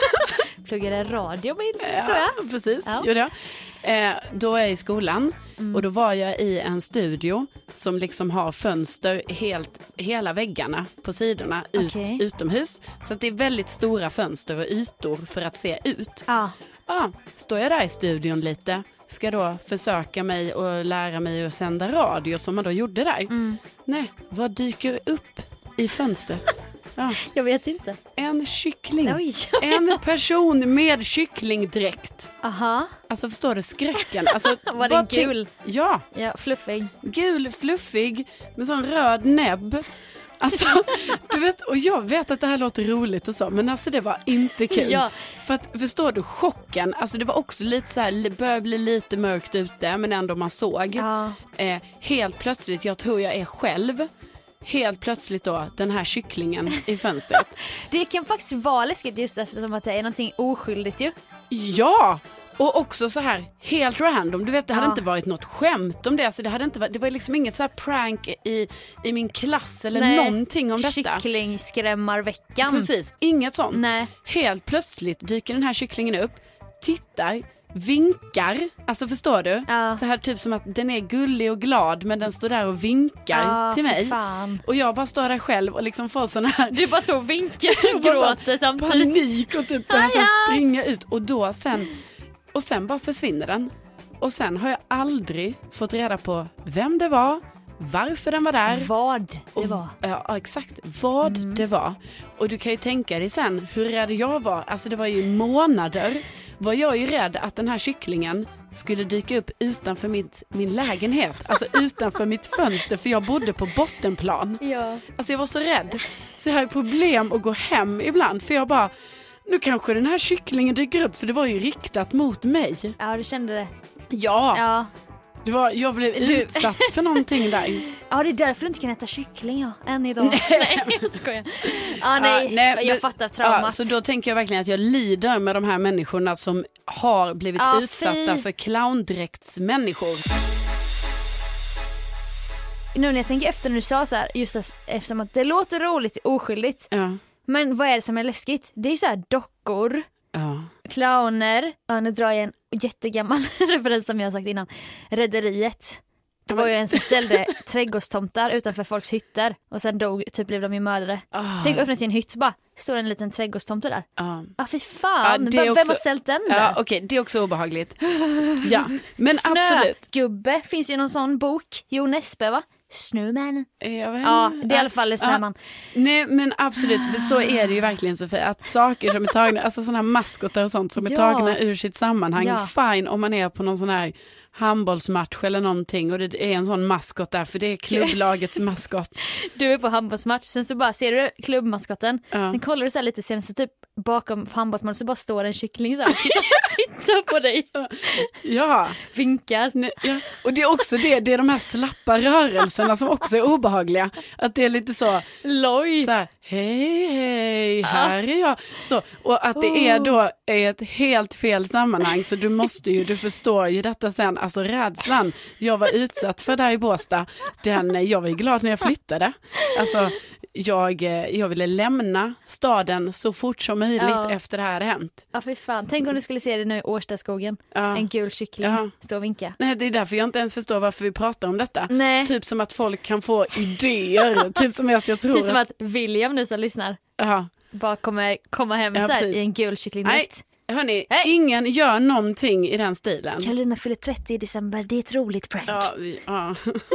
Pluggade radio med, Ja, tror jag. precis, Ja. gjorde jag. Eh, då är jag i skolan och då var jag i en studio som liksom har fönster helt, hela väggarna på sidorna ut, Okej. utomhus. Så att det är väldigt stora fönster och ytor för att se ut. Ja. Ja, står jag där i studion lite, ska då försöka mig och lära mig att sända radio som man då gjorde där. Nej, vad dyker upp i fönstret? Ja, Jag vet inte. en kyckling. Oj. En person med kycklingdräkt. Aha. Alltså förstår du skräcken? Alltså, Var bara den tänk- gul? Ja, Ja, fluffig. gul, fluffig med sån röd näbb. Alltså, du vet, och jag vet att det här låter roligt och så, men alltså det var inte kul. Ja. För att, förstår du, chocken, alltså det var också lite så här, började bli lite mörkt ute, men ändå man såg. Ja. Eh, helt plötsligt, jag tror jag är själv, helt plötsligt då, den här kycklingen i fönstret. Det kan faktiskt vara läskigt just eftersom att det är någonting oskyldigt ju. Ja! Och också så här, helt random. Du vet, det hade Ja. inte varit något skämt om det. Alltså, det, hade inte varit, det var liksom inget så här prank i, i min klass eller Nej. någonting om detta. Kycklingskrämmarveckan. Precis, inget sånt. Nej. Helt plötsligt dyker den här kycklingen upp, tittar, vinkar. Alltså förstår du? Ja. Så här typ som att den är gullig och glad, men den står där och vinkar Ja, till för mig. fan. Och jag bara står där själv och liksom får sån här Du bara så och vinkar och och bara så här gråter samtidigt. panik och typ börjar så här Aj, aj. springa ut. Och då sen, och sen bara försvinner den. Och sen har jag aldrig fått reda på vem det var, varför den var där. Vad det och, var. Ja, ja, exakt. Vad Mm. det var. Och du kan ju tänka dig sen hur rädd jag var. Alltså det var ju månader var jag ju rädd att den här kycklingen skulle dyka upp utanför mitt, min lägenhet. Alltså utanför mitt fönster, för jag bodde på bottenplan. Ja. Alltså jag var så rädd. Så jag har problem att gå hem ibland, för jag bara, nu kanske den här kycklingen dyker upp, för det var ju riktat mot mig. Ja, du kände det. Ja, Ja. det var, jag blev Du- utsatt för någonting där. Ja, det är därför du inte kan äta kyckling, ja. Än idag. Nej, jag skojar. Ja, nej, Ja, nej, jag men- fattar traumat. Ja, så då tänker jag verkligen att jag lider med de här människorna som har blivit Ja, utsatta fy. för clowndräktsmänniskor. Nu när jag tänker efter när du sa så här, just att, eftersom att det låter roligt, oskyldigt. Ja, Men vad är det som är läskigt? Det är ju så här dockor, ja. clowner, ja, nu drar jag en jättegammal referens som jag har sagt innan, Rederiet. Det var ju en som ställde trädgårdstomtar utanför folks hytter och sen dog, typ blev de ju mördare. Ah. Tänk öppna sin hytt, bara står en liten trädgårdstomte där. Ja. Ja, fy fan, Ja, det är vem också- har ställt den där? Ja, okej, det är också obehagligt. Ja, men absolut. Snögubbe, finns ju någon sån bok, Jo Nesbø, va? Snöman. Jag vet, Ja, det är i alla fall en sån här man. Nej, men absolut, för så är det ju verkligen, Sofie, att saker som är tagna, alltså sådana här maskotar och sånt som är Ja. tagna ur sitt sammanhang, Ja. fine om man är på någon sån här handbollsmatch eller någonting och det är en sån maskot där, för det är klubblagets maskot. Du är på handbollsmatch, sen så bara ser du klubbmaskotten, Ja. sen kollar du så här lite, sen så typ bakom handbollsmatchen så bara står en kyckling så här, tittar, tittar på dig, Ja. vinkar. Nej, ja. Och det är också det, det är de här slappa rörelserna som också är obehagliga. Att det är lite så, Loj. så här, hej hej, här är jag. Så, och att det är då i ett helt fel sammanhang, så du måste ju, du förstår ju detta sen, alltså rädslan jag var utsatt för där i Båstad, den, jag var ju glad när jag flyttade. Alltså jag, jag ville lämna staden så fort som möjligt Ja. efter det här hade hänt. Ja, fy fan. Tänk om du skulle se det nu i Årstaskogen. Ja. En gul kyckling, Ja. stå och vinka. Nej, det är därför jag inte ens förstår varför vi pratar om detta. Nej. Typ som att folk kan få idéer. Typ som att jag tror Typ som att... att William nu som lyssnar Ja. bara kommer komma hem Ja, så här, precis. i en gul Nej, kycklingdräkt. hörni, Hej. ingen gör någonting i den stilen. Carolina fyller trettio i december, det är ett roligt prank. Ja, vi, ja.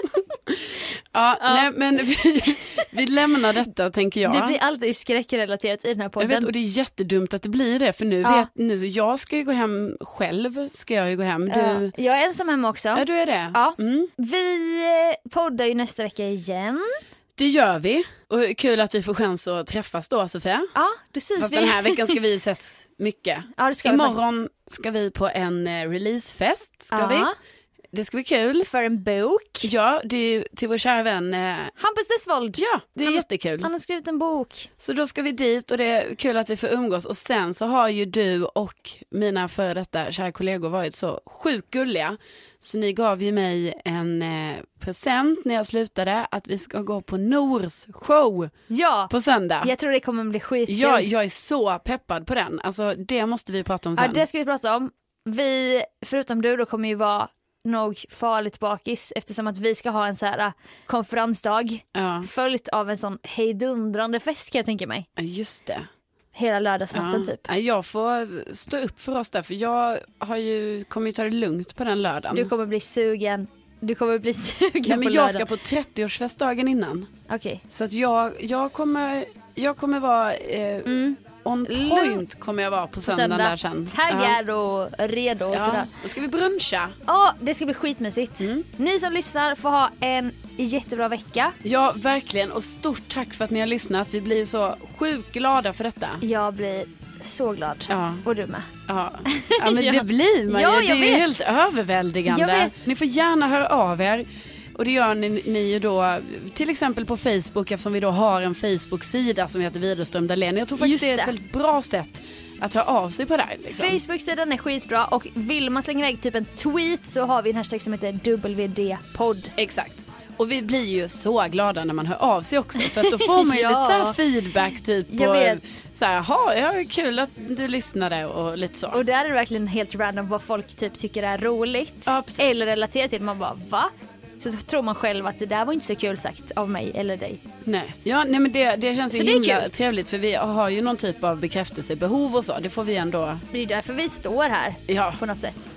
ja, nej, men vi, vi lämnar detta, tänker jag. Det blir alltid skräckrelaterat i den här Jag podden. vet, och det är jättedumt att det blir det, för nu Ja. vet nu, så jag ska ju gå hem själv, ska jag ju gå hem. Du, Ja, jag är ensam hemma också. ja, du är det? Ja. Mm, Vi eh, poddar ju nästa vecka igen. det gör vi. Och kul att vi får chans att träffas då, Sofia. Ja, då syns Fast vi. den här veckan ska vi ses mycket. Ja, det ska vi faktiskt. Imorgon ska vi på en eh, releasefest, ska Ja. vi. Det ska bli kul. För en bok. Ja, det är ju till vår kära vän. Eh, Hampus Dessvold. ja, det är Han- jättekul. Han har skrivit en bok. Så då ska vi dit och det är kul att vi får umgås. Och sen så har ju du och mina före detta kära kollegor varit så sjukt gulliga. Så ni gav ju mig en eh, present när jag slutade, att vi ska gå på Nors show Ja, på söndag. jag tror det kommer bli skitkul. Ja, jag är så peppad på den. Alltså det måste vi prata om sen. Ja, det ska vi prata om. Vi, förutom du då, kommer ju vara nog farligt bakis eftersom att vi ska ha en så här konferensdag Ja, följt av en sån hejdundrande fest, kan jag tänka mig. ja, just det. Hela lördagsnatten Ja. typ. Ja, jag får stå upp för oss där, för jag har ju, kommer ju ta det lugnt på den lördagen. Du kommer bli sugen. Du kommer bli sugen Nej, på men jag lördag. ska på trettioårsfestdagen innan. Okej. Så att jag, jag, kommer, jag kommer vara eh, Mm. on point kommer jag vara på söndagen Söndag. där sen. Taggad och redo och Ja. sådär. Ja, då ska vi bruncha. Ja, det ska bli skitmysigt. Mm. Ni som lyssnar får ha en jättebra vecka. Ja, verkligen. Och stort tack för att ni har lyssnat. Vi blir så sjukt glada för detta. Jag blir så glad. Ja. Och du med. Ja, ja men Ja. det blir man ju. Ja, Det jag är ju vet. helt överväldigande. Jag vet. Ni får gärna höra av er. Och det gör ni, ni ju då till exempel på Facebook, eftersom vi då har en Facebook-sida som heter Widerström Dahlén. Jag tror faktiskt Just det är ett det. väldigt bra sätt att höra av sig på där. Liksom. Facebook-sidan är skitbra och vill man slänga iväg typ en tweet så har vi en hashtag som heter W D-podd. Exakt. Och vi blir ju så glada när man hör av sig också. För att då får man ju Ja. lite så här feedback typ. Jag på, vet. Så här, jaha, ja, kul att du lyssnade och lite så. Och där är det verkligen helt random vad folk typ tycker är roligt. Ja, precis. Eller relaterar till. Man bara, va? Så tror man själv att det där var inte så kul sagt av mig eller dig. Nej, ja, nej men det, det känns Så ju det är himla kul. trevligt, för vi har ju någon typ av bekräftelsebehov och så. Det får vi ändå, Det är därför vi står här ja. på något sätt.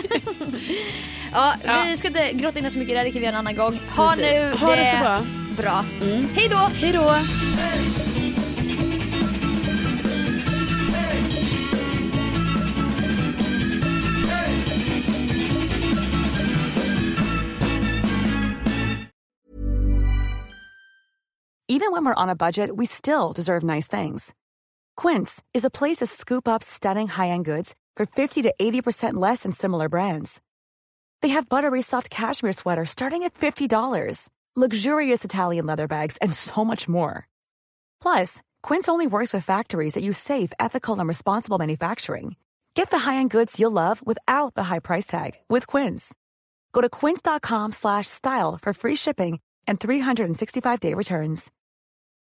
ja, Ja. vi ska inte grotta in oss så mycket där, det kan vi göra en annan gång. Ha Precis. nu Ha det så bra. bra. Mm. Hej då! Hej då! Even when we're on a budget, we still deserve nice things. Quince is a place to scoop up stunning high-end goods for fifty to eighty percent less than similar brands. They have buttery soft cashmere sweaters starting at fifty dollars, luxurious Italian leather bags, and so much more. Plus, Quince only works with factories that use safe, ethical, and responsible manufacturing. Get the high-end goods you'll love without the high price tag with Quince. Go to quince.com slash style for free shipping and three sixty-five day returns.